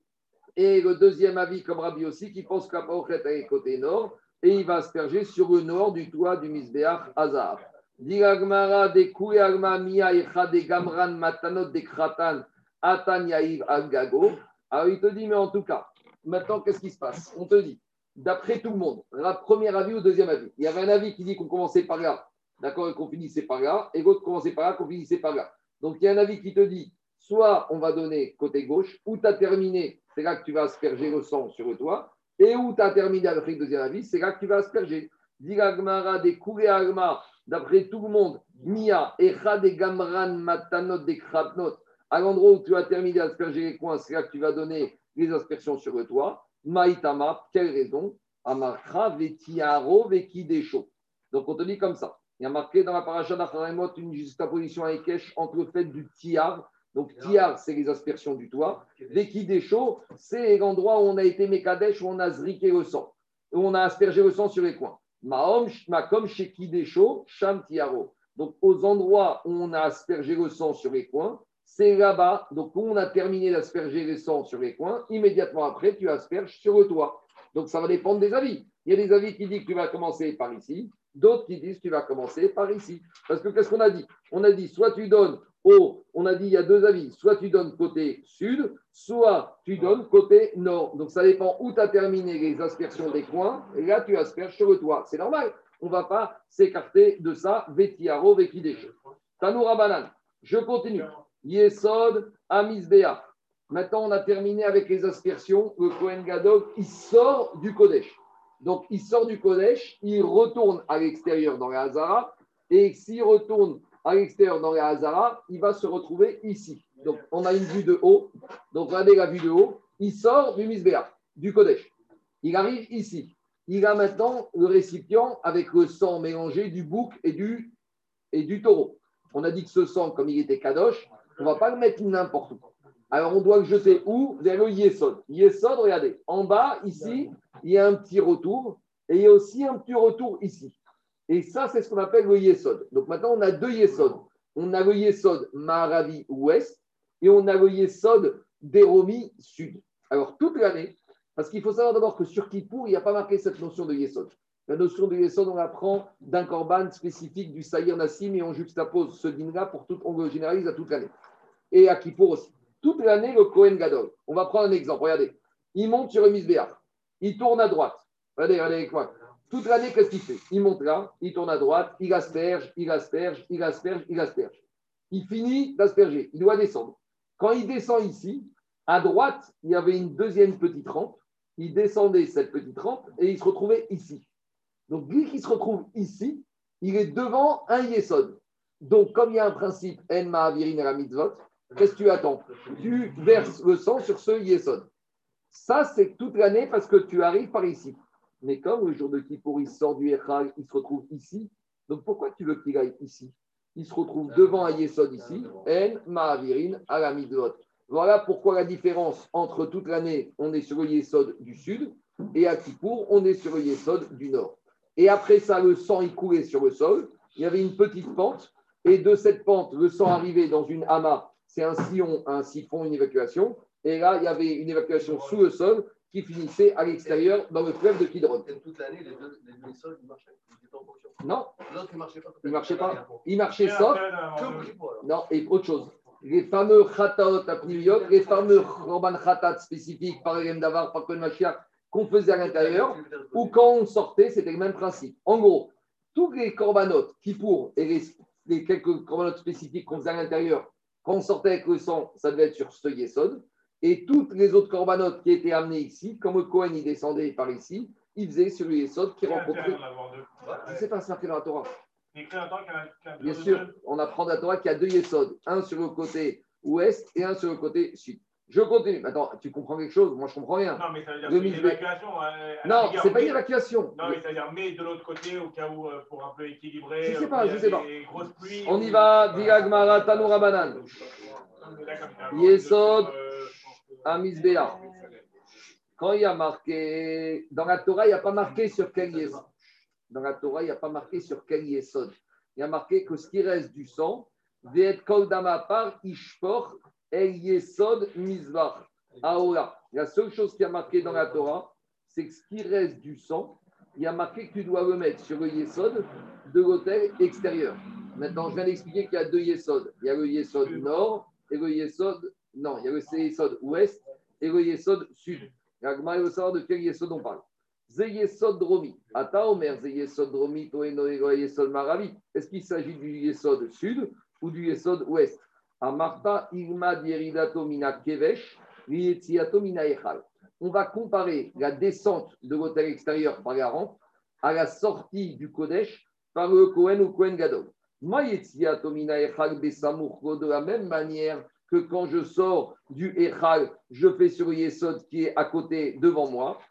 Et le deuxième avis, comme Rabbi aussi, qui pense que la parochette est côté nord. Et il va asperger sur le nord du toit du Mizbeach Hazar. Diragmara de Kouyagma Mia Echa de Gamran Matanot de Kratan Atan Yaïv Al-Gago. Alors il te dit, mais en tout cas, maintenant qu'est-ce qui se passe? On te dit, d'après tout le monde, premier avis ou deuxième avis. Il y avait un avis qui dit qu'on commençait par là, d'accord, et qu'on finissait par là, et l'autre commençait par là, qu'on finissait par là. Donc il y a un avis qui te dit, soit on va donner côté gauche, où tu as terminé, c'est là que tu vas asperger le sang sur le toit, et où tu as terminé avec le deuxième avis, c'est là que tu vas asperger. Diragmara des Kouré Agma, d'après tout le monde, Mia, Echa des Gamran, Matanot, des Krapnot, à l'endroit où tu as terminé d'asperger les coins, c'est là que tu vas donner les aspersions sur le toit. Maïtama, quelle raison? Amarkra, Vetiaro, Veki Desho. Donc on te dit comme ça. Il y a marqué dans la paracha d'Acharemot une juxtaposition à Ekech entre le fait du tiar. Donc tiar, c'est les aspersions du toit. Veki Desho, c'est l'endroit où on a été Mekadesh, où on a zriqué le sang, où on a aspergé le sang sur les coins. Maom, Makom, Sheki Desho, Sham Tiaro. Donc aux endroits où on a aspergé le sang sur les coins, c'est là-bas. Donc où on a terminé d'asperger le sang sur les coins, immédiatement après, tu asperges sur le toit. Donc ça va dépendre des avis. Il y a des avis qui disent que tu vas commencer par ici, d'autres qui disent que tu vas commencer par ici. Parce que qu'est-ce qu'on a dit? On a dit soit tu donnes au, on a dit il y a deux avis, soit tu donnes côté sud, soit tu donnes côté nord. Donc ça dépend où tu as terminé les aspersions des coins, et là tu asperges sur le toit. C'est normal, on ne va pas s'écarter de ça. Vetiaro, Vekideshe. Tanoura Banan, je continue. Yesod, Amisbea. Maintenant, on a terminé avec les aspersions. Le Kohen Gadol, il sort du Kodesh. Donc, il sort du Kodesh, il retourne à l'extérieur dans la Hazara. Et s'il retourne à l'extérieur dans la Hazara, il va se retrouver ici. Donc, on a une vue de haut. Donc, regardez la vue de haut. Il sort du Misbéach, du Kodesh. Il arrive ici. Il a maintenant le récipient avec le sang mélangé du bouc et du, et du taureau. On a dit que ce sang, comme il était Kadosh, on ne va pas le mettre n'importe où. Alors, on doit le jeter où? Vers le Yesod. Yesod, regardez, en bas, ici, il y a un petit retour et il y a aussi un petit retour ici. Et ça, c'est ce qu'on appelle le Yesod. Donc, maintenant, on a deux Yesod. On a le Yesod Maharavi ouest et on a le Yesod Déromi sud. Alors, toute l'année, parce qu'il faut savoir d'abord que sur Kippour, il n'y a pas marqué cette notion de Yesod. La notion de Yesod, on la prend d'un korban spécifique du Saïr Nassim et on juxtapose ce din-là pour tout, on le généralise à toute l'année. Et à Kippour aussi. Toute l'année, le Kohen Gadol. On va prendre un exemple. Regardez. Il monte sur le Misbéach. Il tourne à droite. Regardez, regardez avec moi. Toute l'année, qu'est-ce qu'il fait? Il monte là, il tourne à droite, il asperge, il asperge, il asperge, il asperge. Il finit d'asperger. Il doit descendre. Quand il descend ici, à droite, il y avait une deuxième petite rampe. Il descendait cette petite rampe et il se retrouvait ici. Donc, lui qui se retrouve ici, il est devant un Yesod. Donc, comme il y a un principe, En Ma'avirin la mitzvot, qu'est-ce que tu attends? Tu verses le sang sur ce Yesod. Ça, c'est toute l'année parce que tu arrives par ici. Mais comme le jour de Kippour, il sort du Echal, il se retrouve ici. Donc, pourquoi tu veux qu'il aille ici? Il se retrouve devant un Yesod ici. En Ma'avirin à la mitzvot. Voilà pourquoi la différence entre toute l'année, on est sur le Yesod du sud et à Kippour, on est sur le Yesod du nord. Et après ça, le sang, il coulait sur le sol. Il y avait une petite pente. Et de cette pente, le sang arrivait dans une hama. C'est un sillon, un siphon, une évacuation. Et là, il y avait une évacuation sous le sol qui finissait à l'extérieur dans le fleuve de Kidron. Toute l'année, les deux, les deux sols, ils marchaient. Ils étaient en fonction. Non. L'autre, il ne marchait pas. Il ne marchait pas. Il marchait sauf. Non, et autre chose. Les fameux khataot apniyot, les fameux korban khatat spécifiques par Elem Davar, par Kohen Mashiach, qu'on faisait à l'intérieur, ou quand on sortait, c'était le même principe. En gros, tous les korbanot qui pour et les, les quelques korbanot spécifiques qu'on faisait à l'intérieur, quand on sortait avec le sang, ça devait être sur ce Yesod. Et toutes les autres korbanot qui étaient amenés ici, comme le Kohen il descendait par ici, il faisait sur le Yesod qui rencontrait. Je ne sais pas, c'est marqué dans la Torah. Bien sûr, on apprend dans la Torah qu'il y a deux Yesod, un sur le côté ouest et un sur le côté sud. Je continue. Attends, tu comprends quelque chose? Moi, je comprends rien. Non, mais ça veut dire que c'est une évacuation. Non, c'est pas une évacuation. Non, mais ça veut dire, mais de l'autre côté, au cas où, pour un peu équilibrer. Je sais pas, je sais pas. Grosses pluies. On y va. Diragmara Tanoura Banan. Yesod Amisbea. Quand il y a marqué, dans la Torah, il n'y a pas marqué sur quel Yesod. Dans la Torah, il n'y a pas marqué sur quel Yesod. Il y a marqué que ce qui reste du sang, Ve'et kol dama par ishpor el Yesod Mizvach. Aola. La seule chose qui a marqué dans la Torah, c'est que ce qui reste du sang, il y a marqué que tu dois le mettre sur le Yesod de l'autel extérieur. Maintenant, je viens d'expliquer qu'il y a deux Yesod. Il y a le Yesod nord et le Yesod. Non, il y a le Yesod ouest et le Yesod sud. L'Agma veut savoir de quel Yesod on parle. Ze Yesod Dromi. Ata Omer, Ze Yesod Dromi, Toeno Ego Yesod Maravi. Est-ce qu'il s'agit du Yesod sud ou du Yesod ouest? Amarta Ilma Yeridato Mina Kevesh, Rietziato Mina Echal. On va comparer la descente de l'hôtel extérieur par la rampe à la sortie du Kodesh par le Kohen ou Kohen Gadol. Ma Yetziato Mina Echal Besamurko, de la même manière que quand je sors du Echal, je fais sur le Yesod qui est à côté devant moi.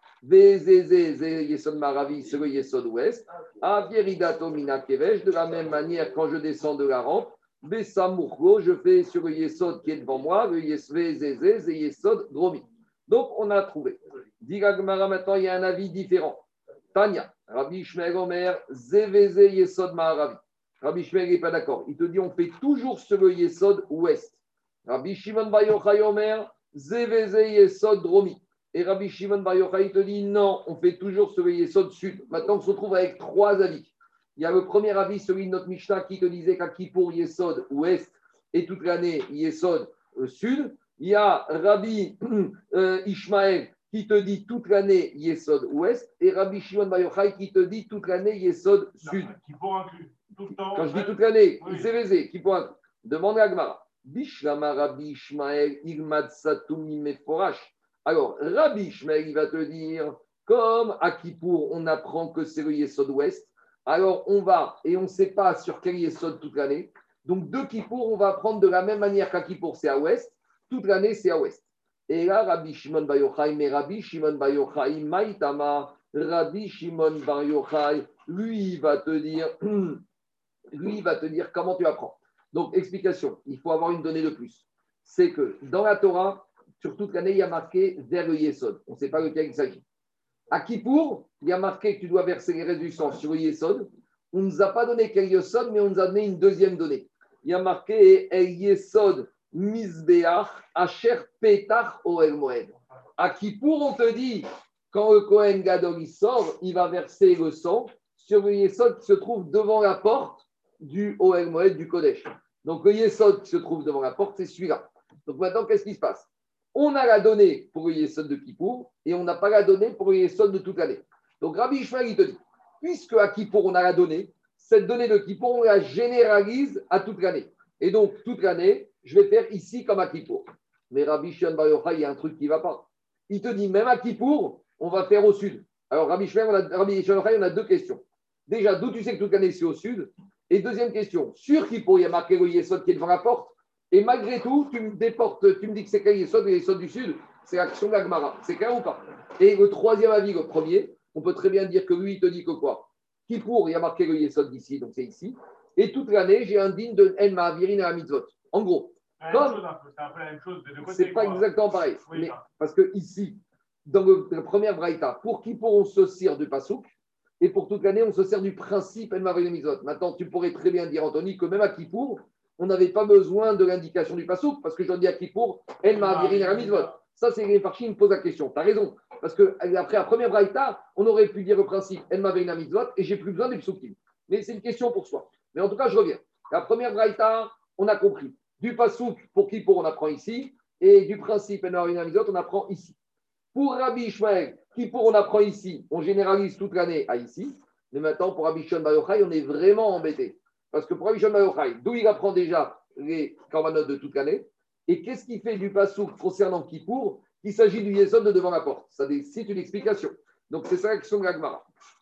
Vezeze Yesod Maravi sur le Yesod ouest. Avieridato Mina Kevesh, de la même manière quand je descends de la rampe. Besamurko, je fais sur le Yesod qui est devant moi, le Vezeze Yesod Dromi. Donc, on a trouvé. Diga Gemara, maintenant, il y a un avis différent. Tanya, Rabbi Ishmael Omer, Zeveze Yesod Ma'aravi. Rabbi Ishmael n'est pas d'accord. Il te dit, on fait toujours sur le Yesod ouest. Rabbi Shimon Bar Yochai Omer, Zeveze Yesod Dromi. Et Rabbi Shimon Bar Yochai, il te dit, non, on fait toujours sur le Yesod sud. Maintenant, on se retrouve avec trois avis. Il y a le premier avis, celui de notre Mishnah, qui te disait qu'à Kippour, Yesod ouest, et toute l'année, Yesod sud. Il y a Rabbi euh, Ishmael qui te dit toute l'année Yesod ouest et Rabbi Shimon Bar Yochai qui te dit toute l'année Yesod sud. Qui pour inclus. Tout le temps. Quand je dis toute l'année, oui. C'est Vézé, qui pour inclus. Demande à Gemara. Bishlama Rabbi Ishmael Ilmad Satoumi Meforash. Alors, Rabbi Ishmael, il va te dire, comme à Kippour, on apprend que c'est le Yesod ouest, alors on va, et on ne sait pas sur quel Yesod toute l'année. Donc, de Kippour, on va apprendre de la même manière qu'à Kippour, c'est à ouest. Toute l'année, c'est à ouest. Et là, Rabbi Shimon Bar Yochai, mais Rabbi Shimon Bar Yochai, Maïtama, Rabbi Shimon Bar Yochai, lui, il va te dire, lui, il va te dire comment tu apprends. Donc, explication, il faut avoir une donnée de plus. C'est que dans la Torah, sur toute l'année, il y a marqué vers le Yesod. On ne sait pas lequel il s'agit. À Kippour, il y a marqué que tu dois verser les restes du sang sur le Yesod. On ne nous a pas donné quel Yesod, mais on nous a donné une deuxième donnée. Il y a marqué El Yesod Mizbeach, Asher Petach Oel Moed. À Kippour, on te dit, quand le Kohen Gadol il sort, il va verser le sang sur le Yesod qui se trouve devant la porte du Oel Moed du Kodesh. Donc le Yesod qui se trouve devant la porte, c'est celui-là. Donc maintenant, qu'est-ce qui se passe? On a la donnée pour le Yesod de Kippour et on n'a pas la donnée pour le Yesod de toute l'année. Donc Rabbi Ishmael, il te dit, puisque à Kippour, on a la donnée, cette donnée de Kippour, on la généralise à toute l'année. Et donc, toute l'année, je vais faire ici comme à Kippour. Mais Rabbi Shimon Bar Yochai, il y a un truc qui ne va pas. Il te dit, même à Kippour, on va faire au sud. Alors, Rabbi Shimon Bar Yochai, on a deux questions. Déjà, d'où tu sais que toute l'année, c'est au sud? Et deuxième question, sur Kippour, il y a marqué le Yesod qui est devant la porte. Et malgré tout, tu me déportes, tu me dis que c'est quel Yesod, le Yesod du sud? C'est l'action de la Gemara. C'est clair ou pas? Et le troisième avis, le premier, on peut très bien dire que lui, il te dit que quoi? Kippour, il y a marqué le Yesod d'ici, donc c'est ici. Et toute l'année, j'ai un digne de El Ma'avirin et la Mitzvot. En gros, c'est comme, un peu la même chose de deux côtés. C'est pas quoi. Exactement pareil. Oui, mais, parce que ici, dans le, la première braïta, pour Kippour, on se sert du Passouk. Et pour toute l'année, on se sert du principe El Ma'avirin et la Mitzvot. Maintenant, tu pourrais très bien dire, Anthony, que même à Kippour, on n'avait pas besoin de l'indication du Passouk. Parce que je dis à Kippour, El Ma'avirin et la Mitzvot. Ça, c'est les Farchim posent la question. Tu as raison. Parce qu'après la première braïta, on aurait pu dire le principe El Ma'avirin et la Mitzvot et j'ai plus besoin des psukim. Mais c'est une question pour soi. Mais en tout cas, je reviens. La première braïta, on a compris. Du pasouk, pour qui pour on apprend ici, et du principe El Ma'avirin et la Mitzvot, on apprend ici. Pour Rabbi Ishmael, qui pour on apprend ici, on généralise toute l'année à ici. Mais maintenant, pour Rabbi Shimon Bar Yochai, on est vraiment embêté. Parce que pour Rabbi Shimon Bar Yochai, d'où il apprend déjà les korbanot de toute l'année, et qu'est-ce qu'il fait du pasouk concernant Kippour? Il s'agit du Yesod de devant la porte. Ça, c'est une explication. Donc, c'est ça la question de la Gemara.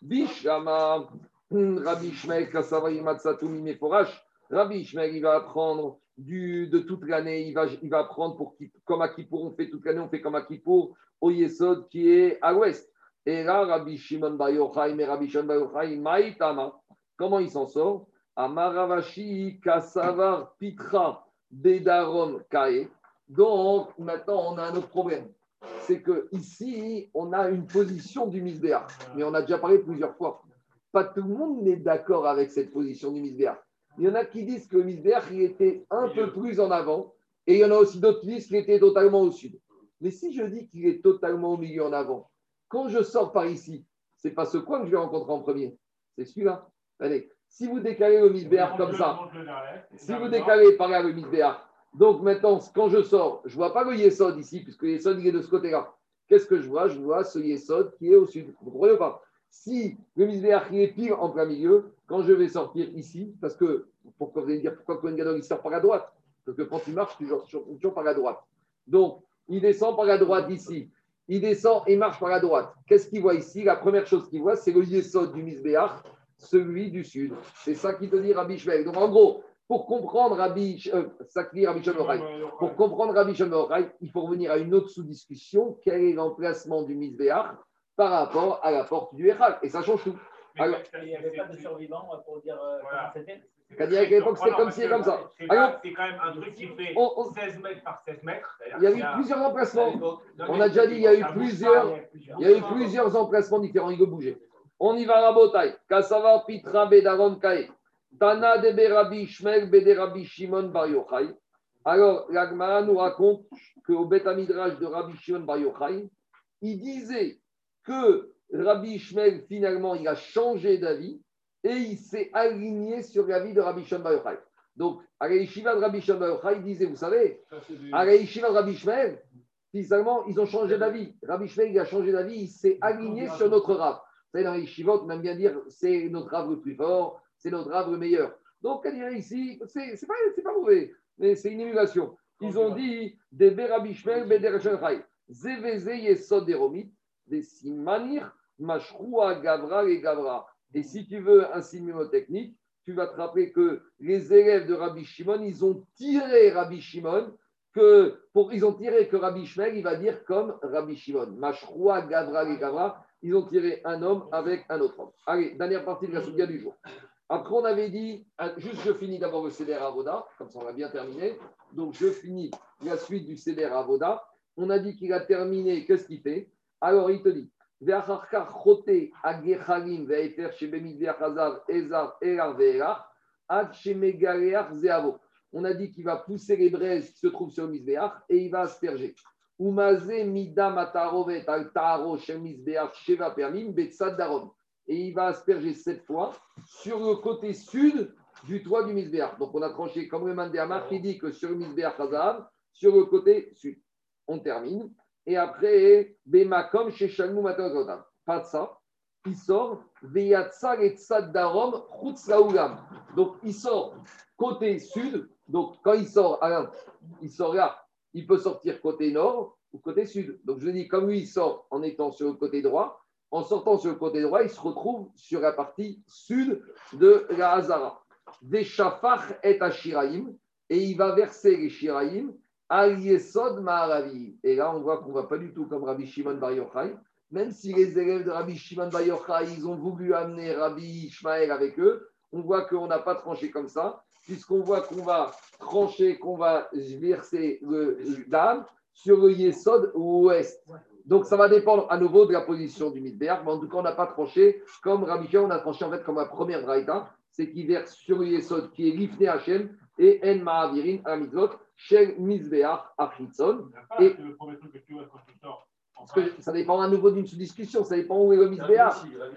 Bishama, Rabbi Ishmael, Kassavaï, Matsatoumi, Meforash. Rabbi Ishmael, il va apprendre du, de toute l'année. Il va, il va apprendre pour, comme à Kippour, on fait toute l'année, on fait comme à Kippour, au Yesod qui est à l'ouest. Et là, Rabbi Shimon Bar Yochai, mais Rabbi Shimon Bar Yochai, Maïtama. Comment il s'en sort? Amaravashi, Kassavar, Pitra, Bedarom, Kae. Donc, maintenant, on a un autre problème. C'est qu'ici, on a une position du Misbéach. Mais on a déjà parlé plusieurs fois. Pas tout le monde n'est d'accord avec cette position du Misbéach. Il y en a qui disent que le Misbéach, il était un peu plus en avant. Et il y en a aussi d'autres qui disent qu'il était totalement au sud. Mais si je dis qu'il est totalement au milieu en avant, quand je sors par ici, ce n'est pas ce coin que je vais rencontrer en premier. C'est celui-là. Allez, si vous décalez le Misbéach comme ça, si vous décalez par là le Misbéach, donc maintenant, quand je sors, je ne vois pas le Yesod ici, puisque le Yesod il est de ce côté-là. Qu'est-ce que je vois? Je vois ce Yesod qui est au sud. Vous comprenez ou pas? Si le Misbéach est pile en plein milieu, quand je vais sortir ici, parce que, pourquoi vous allez dire pourquoi Kohen Gadol il sort par la droite? Parce que quand tu marches, tu marches toujours par la droite. Donc, il descend par la droite ici. Il descend et marche par la droite. Qu'est-ce qu'il voit ici? La première chose qu'il voit, c'est le yesod du Misbéach, celui du sud. C'est ça qui te dit Rabbi Shmuel. Donc, en gros, pour comprendre Rabbi, euh, ça qui dit Rabbi Shmuel, pour comprendre Rabbi Shmuel, il faut revenir à une autre sous-discussion. Quel est l'emplacement du Misbéach par rapport à la porte du Echal? Et ça change tout. Alors, il n'y avait pas de survivants pour dire euh, voilà. Comment c'était. C'est-à-dire qu'à l'époque, c'était comme ci et comme ça. C'est quand même un truc qui fait on, on, seize mètres par seize mètres. Il y a eu plusieurs emplacements. On a déjà dit, il y a eu plusieurs, il y a eu plusieurs emplacements différents. Il faut bouger. On y va, Rabotai. Kassava Pitra Bedaron Kae. Tana de Berabi Shmel Bederabi Shimon Bar Yochai. Alors, l'Agmara nous raconte qu'au Beth Midrash de Rabbi Shimon Bar Yochai, il disait que Rabbi Shmuel, finalement, il a changé d'avis et il s'est aligné sur l'avis de Rabbi Shimon Bar Yochai. Donc, à la yeshiva de Rabbi Shimon Bar Yochai, il disait, vous savez, à la yeshiva de Rabbi Shmuel, finalement, ils ont changé d'avis. Rabbi Shmuel, il a changé d'avis, il s'est aligné sur notre Rav. Vous savez, dans les yeshivot, on aime bien dire, c'est notre Rav le plus fort, c'est notre Rav le meilleur. Donc, à dire ici, c'est, c'est, pas, c'est pas mauvais, mais c'est une émulation. Ils ont dit, Debe Rabbi Shmuel, Beder Rabbi Shmuel, Zeveze Yesod Deromit, des simanir, Mashrua Gavra et Gavra. Et si tu veux un signe mnémotechnique, tu vas te rappeler que les élèves de Rabbi Shimon, ils ont tiré Rabbi Shimon, que pour, ils ont tiré que Rabbi Shmuel, il va dire comme Rabbi Shimon. Mashrua Gavra et Gavra, ils ont tiré un homme avec un autre homme. Allez, dernière partie de la Souga du jour. Après, on avait dit, juste je finis d'abord le Seder Avoda, comme ça on va bien terminer. Donc je finis la suite du Seder Avoda. On a dit qu'il a terminé, qu'est-ce qu'il fait? Alors il te dit, on a dit qu'il va pousser les braises qui se trouvent sur le Misbéach et il va asperger. Et il va asperger cette fois sur le côté sud du toit du Misbéach. Donc on a tranché comme le Mandéamar qui dit que sur le Misbéach Hazav, sur le côté sud. On termine. Et après, Bemakom chez Shalmou Matagotam. Pas de ça. Il sort, Veyatsa et Tzad Darom, Chutzlaoulam. Donc, il sort côté sud. Donc, quand il sort, Alain, il sort là. Il peut sortir côté nord ou côté sud. Donc, je dis, comme lui, il sort en étant sur le côté droit, en sortant sur le côté droit, il se retrouve sur la partie sud de la Hazara. Des Shafach et Ashiraim. Et il va verser les Shiraim. Al-Yesod Ma'aravi. Et là, on voit qu'on ne va pas du tout comme Rabbi Shimon Bar Yochai. Même si les élèves de Rabbi Shimon Bar Yochai, ils ont voulu amener Rabbi Ishmael avec eux, on voit qu'on n'a pas tranché comme ça, puisqu'on voit qu'on va trancher, qu'on va verser le dam sur le Yesod ouest. Donc, ça va dépendre à nouveau de la position du Midbeach, mais en tout cas, on n'a pas tranché comme Rabbi Shimon, on a tranché en fait comme la première braïta, c'est qu'il verse sur le Yesod qui est Lifnei Hashem et En Ma'avirin à Mitzvot. Chez Misbéach Achitzon. Et le premier truc que tu vois quand tu sors. Parce que ça dépend à nouveau d'une sous-discussion, ça dépend où est le Misbéach.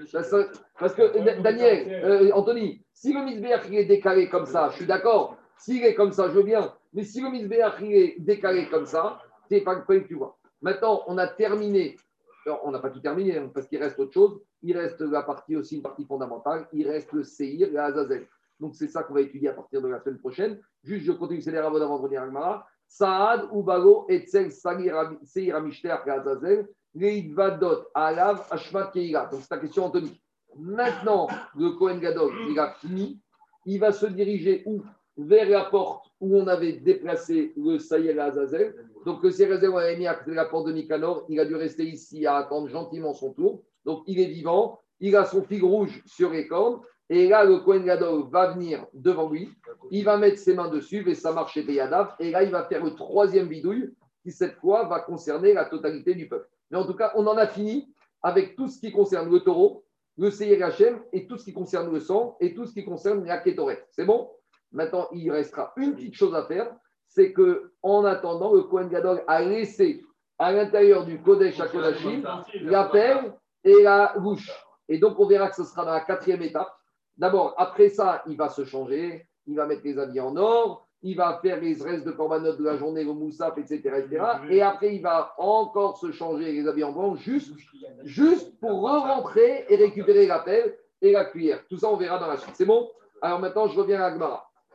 Parce que, Daniel, euh, Anthony, si le Misbéach il est décalé comme ça, je suis d'accord. S'il est comme ça, je veux bien. Mais si le Misbéach il est décalé comme ça, c'est pas le point que tu vois. Maintenant, on a terminé. Alors, on n'a pas tout terminé, parce qu'il reste autre chose. Il reste la partie aussi, une partie fondamentale. Il reste le Seir, la Azazel. Donc, c'est ça qu'on va étudier à partir de la semaine prochaine. Juste, je continue, c'est les rabbins avant de revenir à Gemara. Saad, Ubago, Etzel, Seir, Amishter, Azazel, Leidvadot, Alav, Ashmat, Keila. Donc, c'est ta question, Anthony. Maintenant, le Kohen Gadol, il a fini. Il va se diriger où? Vers la porte où on avait déplacé le Saïr Azazel. Donc, le Saïr Azazel, on avait mis à côté de la porte de Nicanor. Il a dû rester ici à attendre gentiment son tour. Donc, il est vivant. Il a son fil rouge sur les cornes. Et là, le Kohen Gadol va venir devant lui, il va mettre ses mains dessus, et ça marche chez Beyadav, et là, il va faire le troisième bidouille, qui cette fois va concerner la totalité du peuple. Mais en tout cas, on en a fini avec tout ce qui concerne le taureau, le Seir Hachem, et tout ce qui concerne le sang, et tout ce qui concerne la Kétoret. C'est bon? Maintenant, il restera une petite chose à faire, c'est qu'en attendant, le Kohen Gadol a laissé à l'intérieur du Kodesh HaKodashim la perle et la bouche. Et donc, on verra que ce sera dans la quatrième étape. D'abord, après ça, il va se changer, il va mettre les habits en or, il va faire les restes de korbanot de la journée, le moussaf, et cetera, et cetera. Et après, il va encore se changer les habits en blanc, juste, juste pour re-rentrer et récupérer la pelle et la cuillère. Tout ça, on verra dans la suite. C'est bon? Alors maintenant, je reviens à Gemara.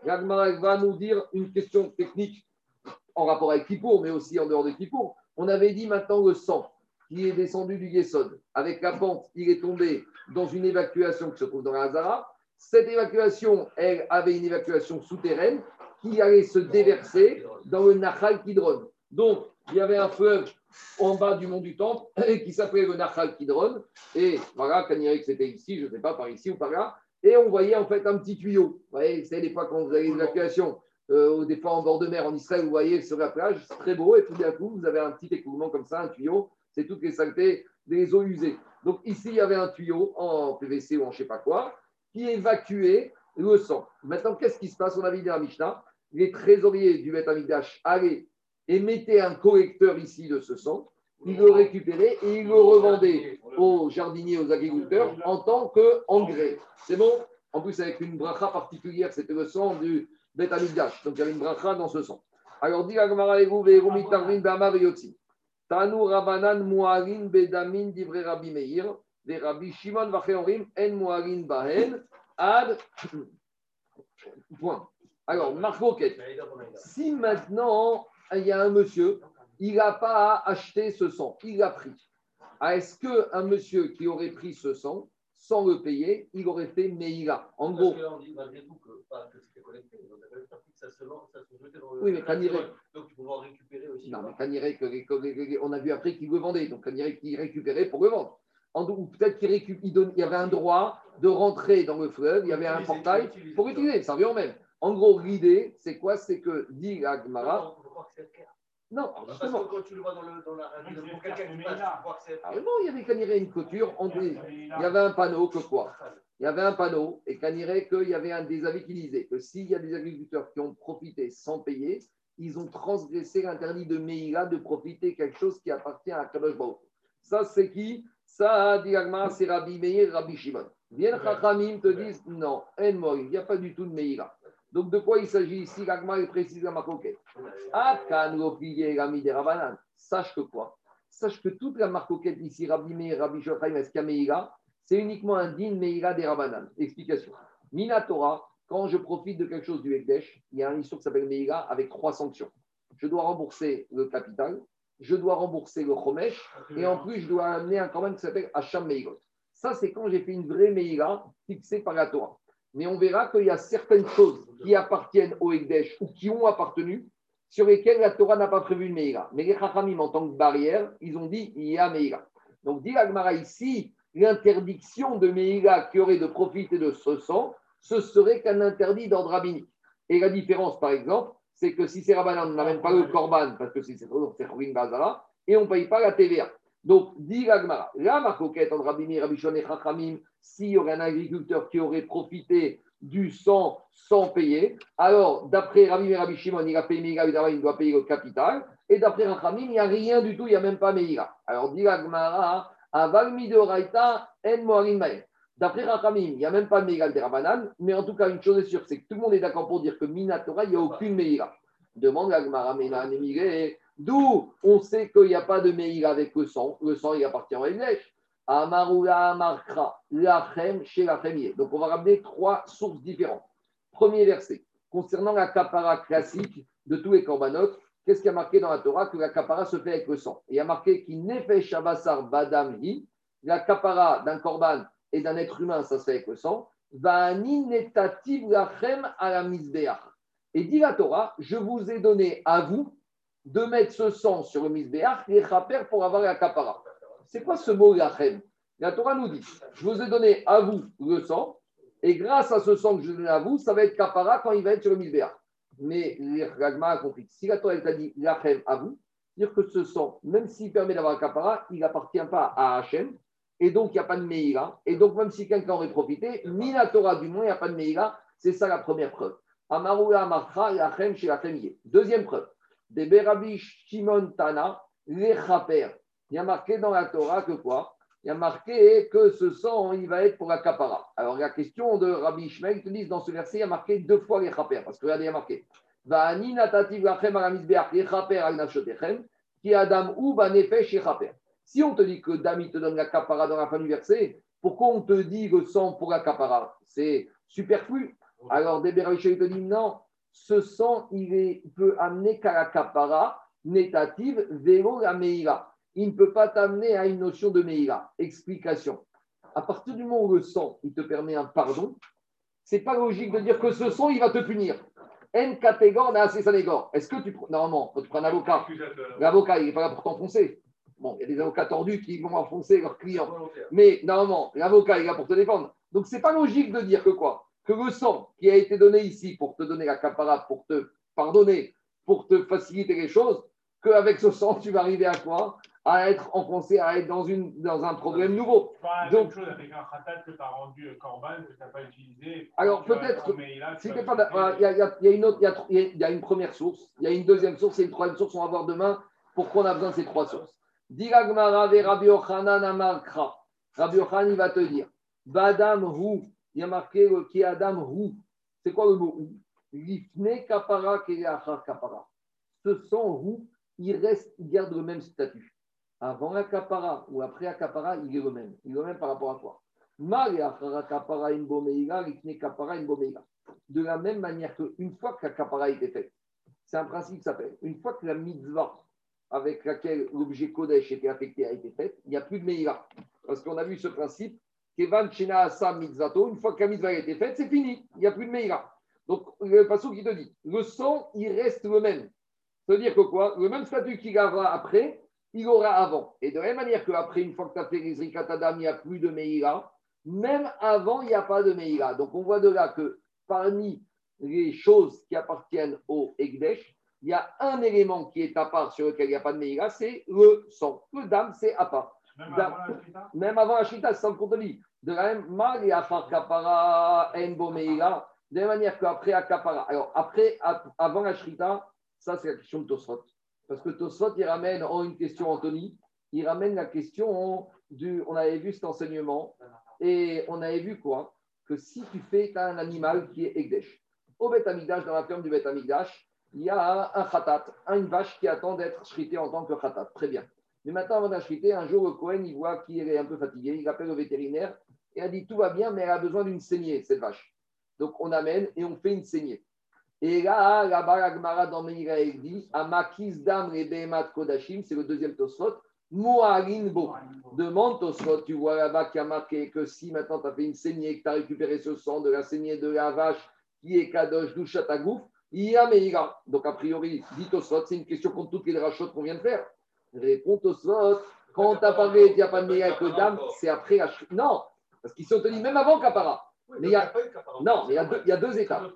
L'Agmara va nous dire une question technique en rapport avec Kippour, mais aussi en dehors de Kippour. On avait dit maintenant le sang qui est descendu du Yesod. Avec la pente, il est tombé dans une évacuation qui se trouve dans la Hazara. Cette évacuation, elle avait une évacuation souterraine qui allait se déverser dans le Nachal Kidron. Donc, il y avait un fleuve en bas du mont du Temple qui s'appelait le Nachal Kidron. Et voilà, quand il dirait que c'était ici, je ne sais pas, par ici ou par là. Et on voyait en fait un petit tuyau. Vous voyez, c'est des fois quand vous avez l'évacuation, euh, des fois en bord de mer en Israël, vous voyez sur la plage, c'est très beau. Et tout d'un coup, vous avez un petit écoulement comme ça, un tuyau. C'est toutes les saletés des eaux usées. Donc ici, il y avait un tuyau en P V C ou en je ne sais pas quoi qui évacuait le sang. Maintenant, qu'est-ce qui se passe? On avait dit à Mishnah, les trésoriers du Beth Amikdash allaient et mettaient un collecteur ici de ce sang. Ils le récupéraient et ils le revendaient aux jardiniers, aux agriculteurs en tant qu'engrais. C'est bon? En plus, avec une bracha particulière, c'était le sang du Beth Amikdash. Donc, il y avait une bracha dans ce sang. Alors, dit la Gemara, Ve'erumi Tarvin Be'amar Ve'yotzi. Tanu Rabanan Mu'arin Bedamin Divrei Rabbi Meir, Ve Rabbi Shimon Vacheorim En Mu'arin Bahen Ad. Point. Alors, Marcoquette. Si maintenant il y a un monsieur, il n'a pas acheté ce sang, il l'a pris. Est-ce qu'un monsieur qui aurait pris ce sang, sans le payer, il aurait fait Meïla? En gros. Parce que là, on dit malgré tout que, pas que c'était collecté. Donc, le collecteur dit que ça se lance, ça se jetait dans le. Oui, mais Kaniré. Donc, tu pourras récupérer aussi. Non, mais Kaniré, que les, que les, on a vu après qu'il le vendait. Donc, Kaniré qu'il récupérait pour le vendre. En, ou peut-être qu'il récup, il, donne, il y avait un droit de rentrer dans le fleuve, il y avait un portail pour utiliser. Ça revient au même. En gros, l'idée, c'est quoi? C'est que, dit la Gemara. Non, justement. Parce que quand tu le vois dans, le, dans la radio, pour quelqu'un qui passe, tu vois que c'est. Ah non, il y avait Kaniré une clôture. Il y avait un panneau que quoi? Il y avait un panneau et Kaniré qu'il y avait un des avis qui disait que s'il y a des agriculteurs qui ont profité sans payer, ils ont transgressé l'interdit de Meïla de profiter quelque chose qui appartient à Kadosh Baruch. Ça, c'est qui? Ça, dit Agma, c'est Rabbi Meir, Rabbi Shimon. Viennent Chachamim te disent non, il n'y a pas du tout de Meïla. Donc, de quoi il s'agit ici? L'Agma est précis la marcoquette. Sache que quoi? Sache que toute la marcoquette ici, Rabbi Meir, Rabbi Shimon, est-ce qu'il y a Meïla? C'est uniquement un din Meïla des Rabanan. Explication. Minatora, quand je profite de quelque chose du Ekdesh, il y a un issue qui s'appelle Meïla avec trois sanctions. Je dois rembourser le capital, je dois rembourser le Chomesh, et en plus, je dois amener un commande qui s'appelle Hacham Meïgot. Ça, c'est quand j'ai fait une vraie Meïla fixée par la Torah. Mais on verra qu'il y a certaines choses qui appartiennent au Ekdesh ou qui ont appartenu, sur lesquelles la Torah n'a pas prévu une Meïla. Mais les Chachamim, en tant que barrière, ils ont dit il y a Meïla. Donc, dit la Gemara ici, l'interdiction de Meïla qui aurait de profiter de ce sang, ce serait qu'un interdit d'ordre rabbinique. Et la différence, par exemple, c'est que si c'est Rabbanan, on n'amène pas le Korban, parce que c'est Chorin Bazara, et on ne paye pas la T V A. Donc, dit la Gemara, là, ma coquette entre Rabbi Meir, Rabbi Shimon et Chachamim, s'il y aurait un agriculteur qui aurait profité du sang sans payer, alors, d'après Rabbi Meir, Rabbi Shimon, il a payé Meïla, évidemment, il doit payer le capital, et d'après Chachamim, il n'y a rien du tout, il n'y a même pas Meïla. Alors, dit la Gemara, Aval Midoraita en Moarim Maïr. D'après Rachamim, il n'y a même pas de Meïla de Rabanan, mais en tout cas, une chose est sûre, c'est que tout le monde est d'accord pour dire que Minatora, il n'y a aucune Meïla. Demande la Gemara Mena Nemigé, d'où on sait qu'il n'y a pas de Meïla avec le sang. Le sang, il appartient au English. Amarula Amarkra, Lachem, chez Lachemier. Donc, on va ramener trois sources différentes. Premier verset, concernant la kapara classique de tous les korbanot, qu'est-ce qu'il y a marqué dans la Torah? Que la kapara se fait avec le sang. Et il y a marqué qu'il nefesh shabasar badam hi, la kapara d'un korban et d'un être humain, ça se fait avec le sang. Va'ani netativ lachem à la misbeach. Et dit la Torah, je vous ai donné à vous de mettre ce sang sur le misbeach, les chaper pour avoir la kapara. C'est quoi ce mot lachem? La Torah nous dit, je vous ai donné à vous le sang, et grâce à ce sang que je donne à vous, ça va être kapara quand il va être sur le misbeach. Mais l'Agma a compris. Si la Torah t'a dit lachem à vous, dire que ce sang, même s'il permet d'avoir la kapara, il n'appartient pas à Hachem. Et donc, il n'y a pas de Meïla. Et donc, même si quelqu'un aurait profité, ni la Torah, du moins, il n'y a pas de Meïla. C'est ça la première preuve. Amaroula Amarcha, Lachem, chez Lachemier. Deuxième preuve. Des Berabi Shimon Tana, les Chaper. Il y a marqué dans la Torah que quoi? Il y a marqué que ce sang, il va être pour la kapara. Alors, la question de Rabbi Ishmael, te dit dans ce verset, il y a marqué deux fois les Chaper. Parce que regardez, il y a marqué Va'ani natativ lachem alamizbeach, les Chaper al nafshotechem, ki adam ou banefesh et Chaper. Si on te dit que Dami te donne la kapara dans la fin du verset, pourquoi on te dit le sang pour la kapara? C'est superflu. Alors, des Berachim, il te dit non, ce sang, il, est, il peut amener qu'à la kapara, nétative, vélo la meïla. Il ne peut pas t'amener à une notion de meïla. Explication. À partir du moment où le sang, il te permet un pardon, c'est pas logique de dire que ce sang, il va te punir. En catégor, on a assez sanégor. Est-ce que tu. Normalement, quand tu prends un avocat, l'avocat, il n'est pas là pour t'enfoncer. Bon, il y a des avocats tordus qui vont enfoncer leurs clients. Mais normalement, l'avocat, il est là pour te défendre. Donc, c'est pas logique de dire que quoi? Que le sang qui a été donné ici pour te donner la capara, pour te pardonner, pour te faciliter les choses, qu'avec ce sang, tu vas arriver à quoi? À être enfoncé, à être dans, une, dans un problème nouveau. Pas la Donc, même chose avec un khatat que tu as rendu corban, que tu n'as pas utilisé. Alors peut-être, si il y, a, y a une autre, il y, y a une première source, il y a une deuxième source et une troisième source, on va voir demain pourquoi on a besoin de ces trois sources. Diragmara ve Rabbi Yochanan Amarkra. Rabbi Yochanan, il va te dire, Badam Hu, il y a marqué qui Adam Hu. C'est quoi le mot Hu? Lifne Kapara Keleachar Kapara. Ce sang Hu, il reste, il garde le même statut. Avant la kapara ou après la kapara, il est le même. Il est le même par rapport à quoi? De la même manière qu'une fois que la kapara a été faite, c'est un principe qui s'appelle, une fois que la mitzvah avec laquelle l'objet Kodesh était affecté a été faite, il n'y a plus de meïla. Parce qu'on a vu ce principe, Kevan Shena Asa Mitzvato, une fois que la mitzvah a été faite, c'est fini, il n'y a plus de meïla. Donc le passage qui te dit, le sang, il reste le même. Ça veut dire que quoi? Le même statut qu'il aura après, il aura avant. Et de la même manière qu'après, une fois que tu as fait les Zrikat Adam, il n'y a plus de Meïla, même avant, il n'y a pas de Meïla. Donc on voit de là que parmi les choses qui appartiennent au Ekdesh, il y a un élément qui est à part sur lequel il n'y a pas de Meïla, c'est le sang. Le dam, c'est à part. Même dam, avant la Shrita Même avant la Shrita, c'est sans compte de De la même manière, Kapara, Enbo Meïla, de la même manière qu'après Akapara. Alors après, avant la Shrita, ça c'est la question de Tosfot. Parce que Tosfot, il ramène en une question, Anthony, il ramène la question du. On avait vu cet enseignement, et on avait vu quoi? Que si tu fais, tu as un animal qui est Ekdesh. Au Beth Amikdash, dans la ferme du Beth Amikdash, il y a un khatat, une vache qui attend d'être shritée en tant que khatat. Très bien. Mais maintenant, avant d'être shritée, un jour, le Kohen, il voit qu'il est un peu fatigué, il appelle le vétérinaire, et il dit tout va bien, mais elle a besoin d'une saignée, cette vache. Donc on amène et on fait une saignée. Et là, là-bas, la Gemara dans Meïra, elle dit Amakis dam le behemat kodashim, c'est le deuxième Tosfot. Moarin bo. Demande Tosfot, tu vois là-bas qu'il y a marqué que si maintenant tu as fait une saignée, que tu as récupéré ce sang de la saignée de la vache qui est Kadosh Douchat Agouf, il y a Meïra. Donc a priori, dit Tosfot, c'est une question contre toutes les rachotes qu'on vient de faire. Réponds Tosfot, quand on t'a parlé, il n'y a pas de Meïra avec le dam, c'est après la. Non, parce qu'ils sont tenus même avant Kapara. Oui, mais il y a, non, mais il y a deux, il y a deux étapes.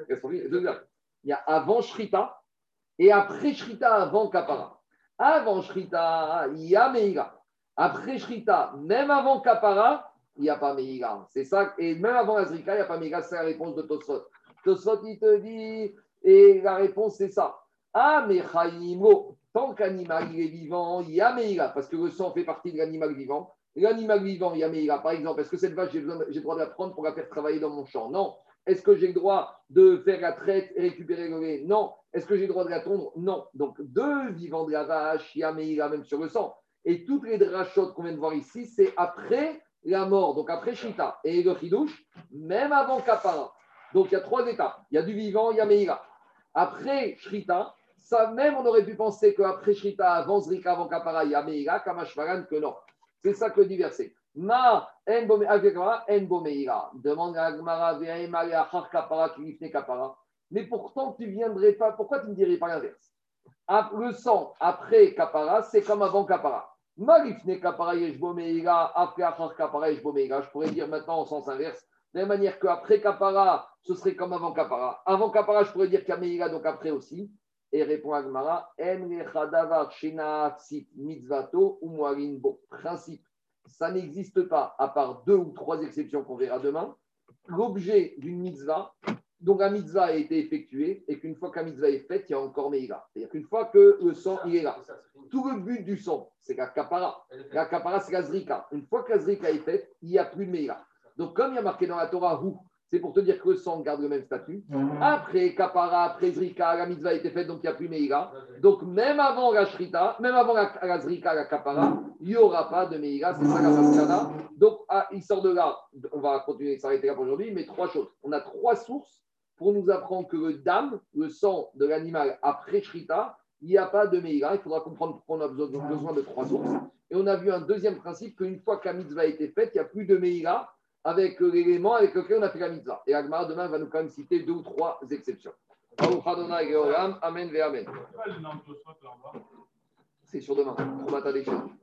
Il y a avant Shrita et après Shrita, avant Kapara. Avant Shrita, il y a Meïla. Après Shrita, même avant Kapara, il n'y a pas Meïla. C'est ça. Et même avant Azrika, il n'y a pas Meïla. C'est la réponse de Tosfot. Tosfot, il te dit, et la réponse, c'est ça. Ah, mais Chaïmo, tant qu'animal il est vivant, il y a Meïla. Parce que le sang fait partie de l'animal vivant. L'animal vivant, il y a Meïla, par exemple, est-ce que cette vache, j'ai, besoin, j'ai le droit de la prendre pour la faire travailler dans mon champ? Non. Est-ce que j'ai le droit de faire la traite et récupérer le lait? Non. Est-ce que j'ai le droit de la tondre? Non. Donc, deux vivants de la vache, il y a Meïla même sur le sang. Et toutes les drachotes qu'on vient de voir ici, c'est après la mort, donc après Shita. Et le Chidouche, même avant Kapara. Donc, il y a trois étapes. Il y a du vivant, il y a Meïla. Après Shrita, ça même, on aurait pu penser qu'après Shrita, avant Zrika, avant Kapara, il y a Meïla, Kamashvaran, que non. C'est ça que dit verset. Ma en bo meira. Demande à Agmara, kapara kilifne kapara. Mais pourtant, tu ne viendrais pas. Pourquoi tu ne dirais pas l'inverse? Le sang après kapara, c'est comme avant kapara. Ma lifne kapara yeshbo meira, après achar kapara yeshbo meira. Je pourrais dire maintenant en sens inverse. De la même manière qu'après kapara, ce serait comme avant kapara. Avant kapara, je pourrais dire qu'il y a meira, donc après aussi. Et répond Agmara, en lechadavar shena tsit mitzvato ou moarin bo. Principe, ça n'existe pas, à part deux ou trois exceptions qu'on verra demain. L'objet d'une mitzvah, donc la mitzvah a été effectuée, et qu'une fois que la mitzvah est faite, il y a encore meïla. C'est-à-dire qu'une fois que le sang il est là, tout le but du sang, c'est la kapara. La kapara, c'est la zrika. Une fois que la zrika est faite, il n'y a plus de meïla. Donc comme il y a marqué dans la Torah, où C'est pour te dire que le sang garde le même statut. Après Kapara, après Zrika, la mitzvah a été faite, donc il n'y a plus Meïla. Donc même avant la Shrita, même avant la, la Zrika, la Kapara, il n'y aura pas de Meïla. C'est ça la Maskana. Donc ah, il sort de là. On va continuer de s'arrêter là pour aujourd'hui, mais trois choses. On a trois sources pour nous apprendre que le dam, le sang de l'animal après Shrita, il n'y a pas de Meïla. Il faudra comprendre qu'on a besoin, besoin de trois sources. Et on a vu un deuxième principe qu'une fois que la mitzvah a été faite, il n'y a plus de Meïla avec l'élément avec lequel on a fait la mitzvah. Et Agmara demain va nous quand même citer deux ou trois exceptions. Amen ve Amen. C'est sur demain. Pour matin des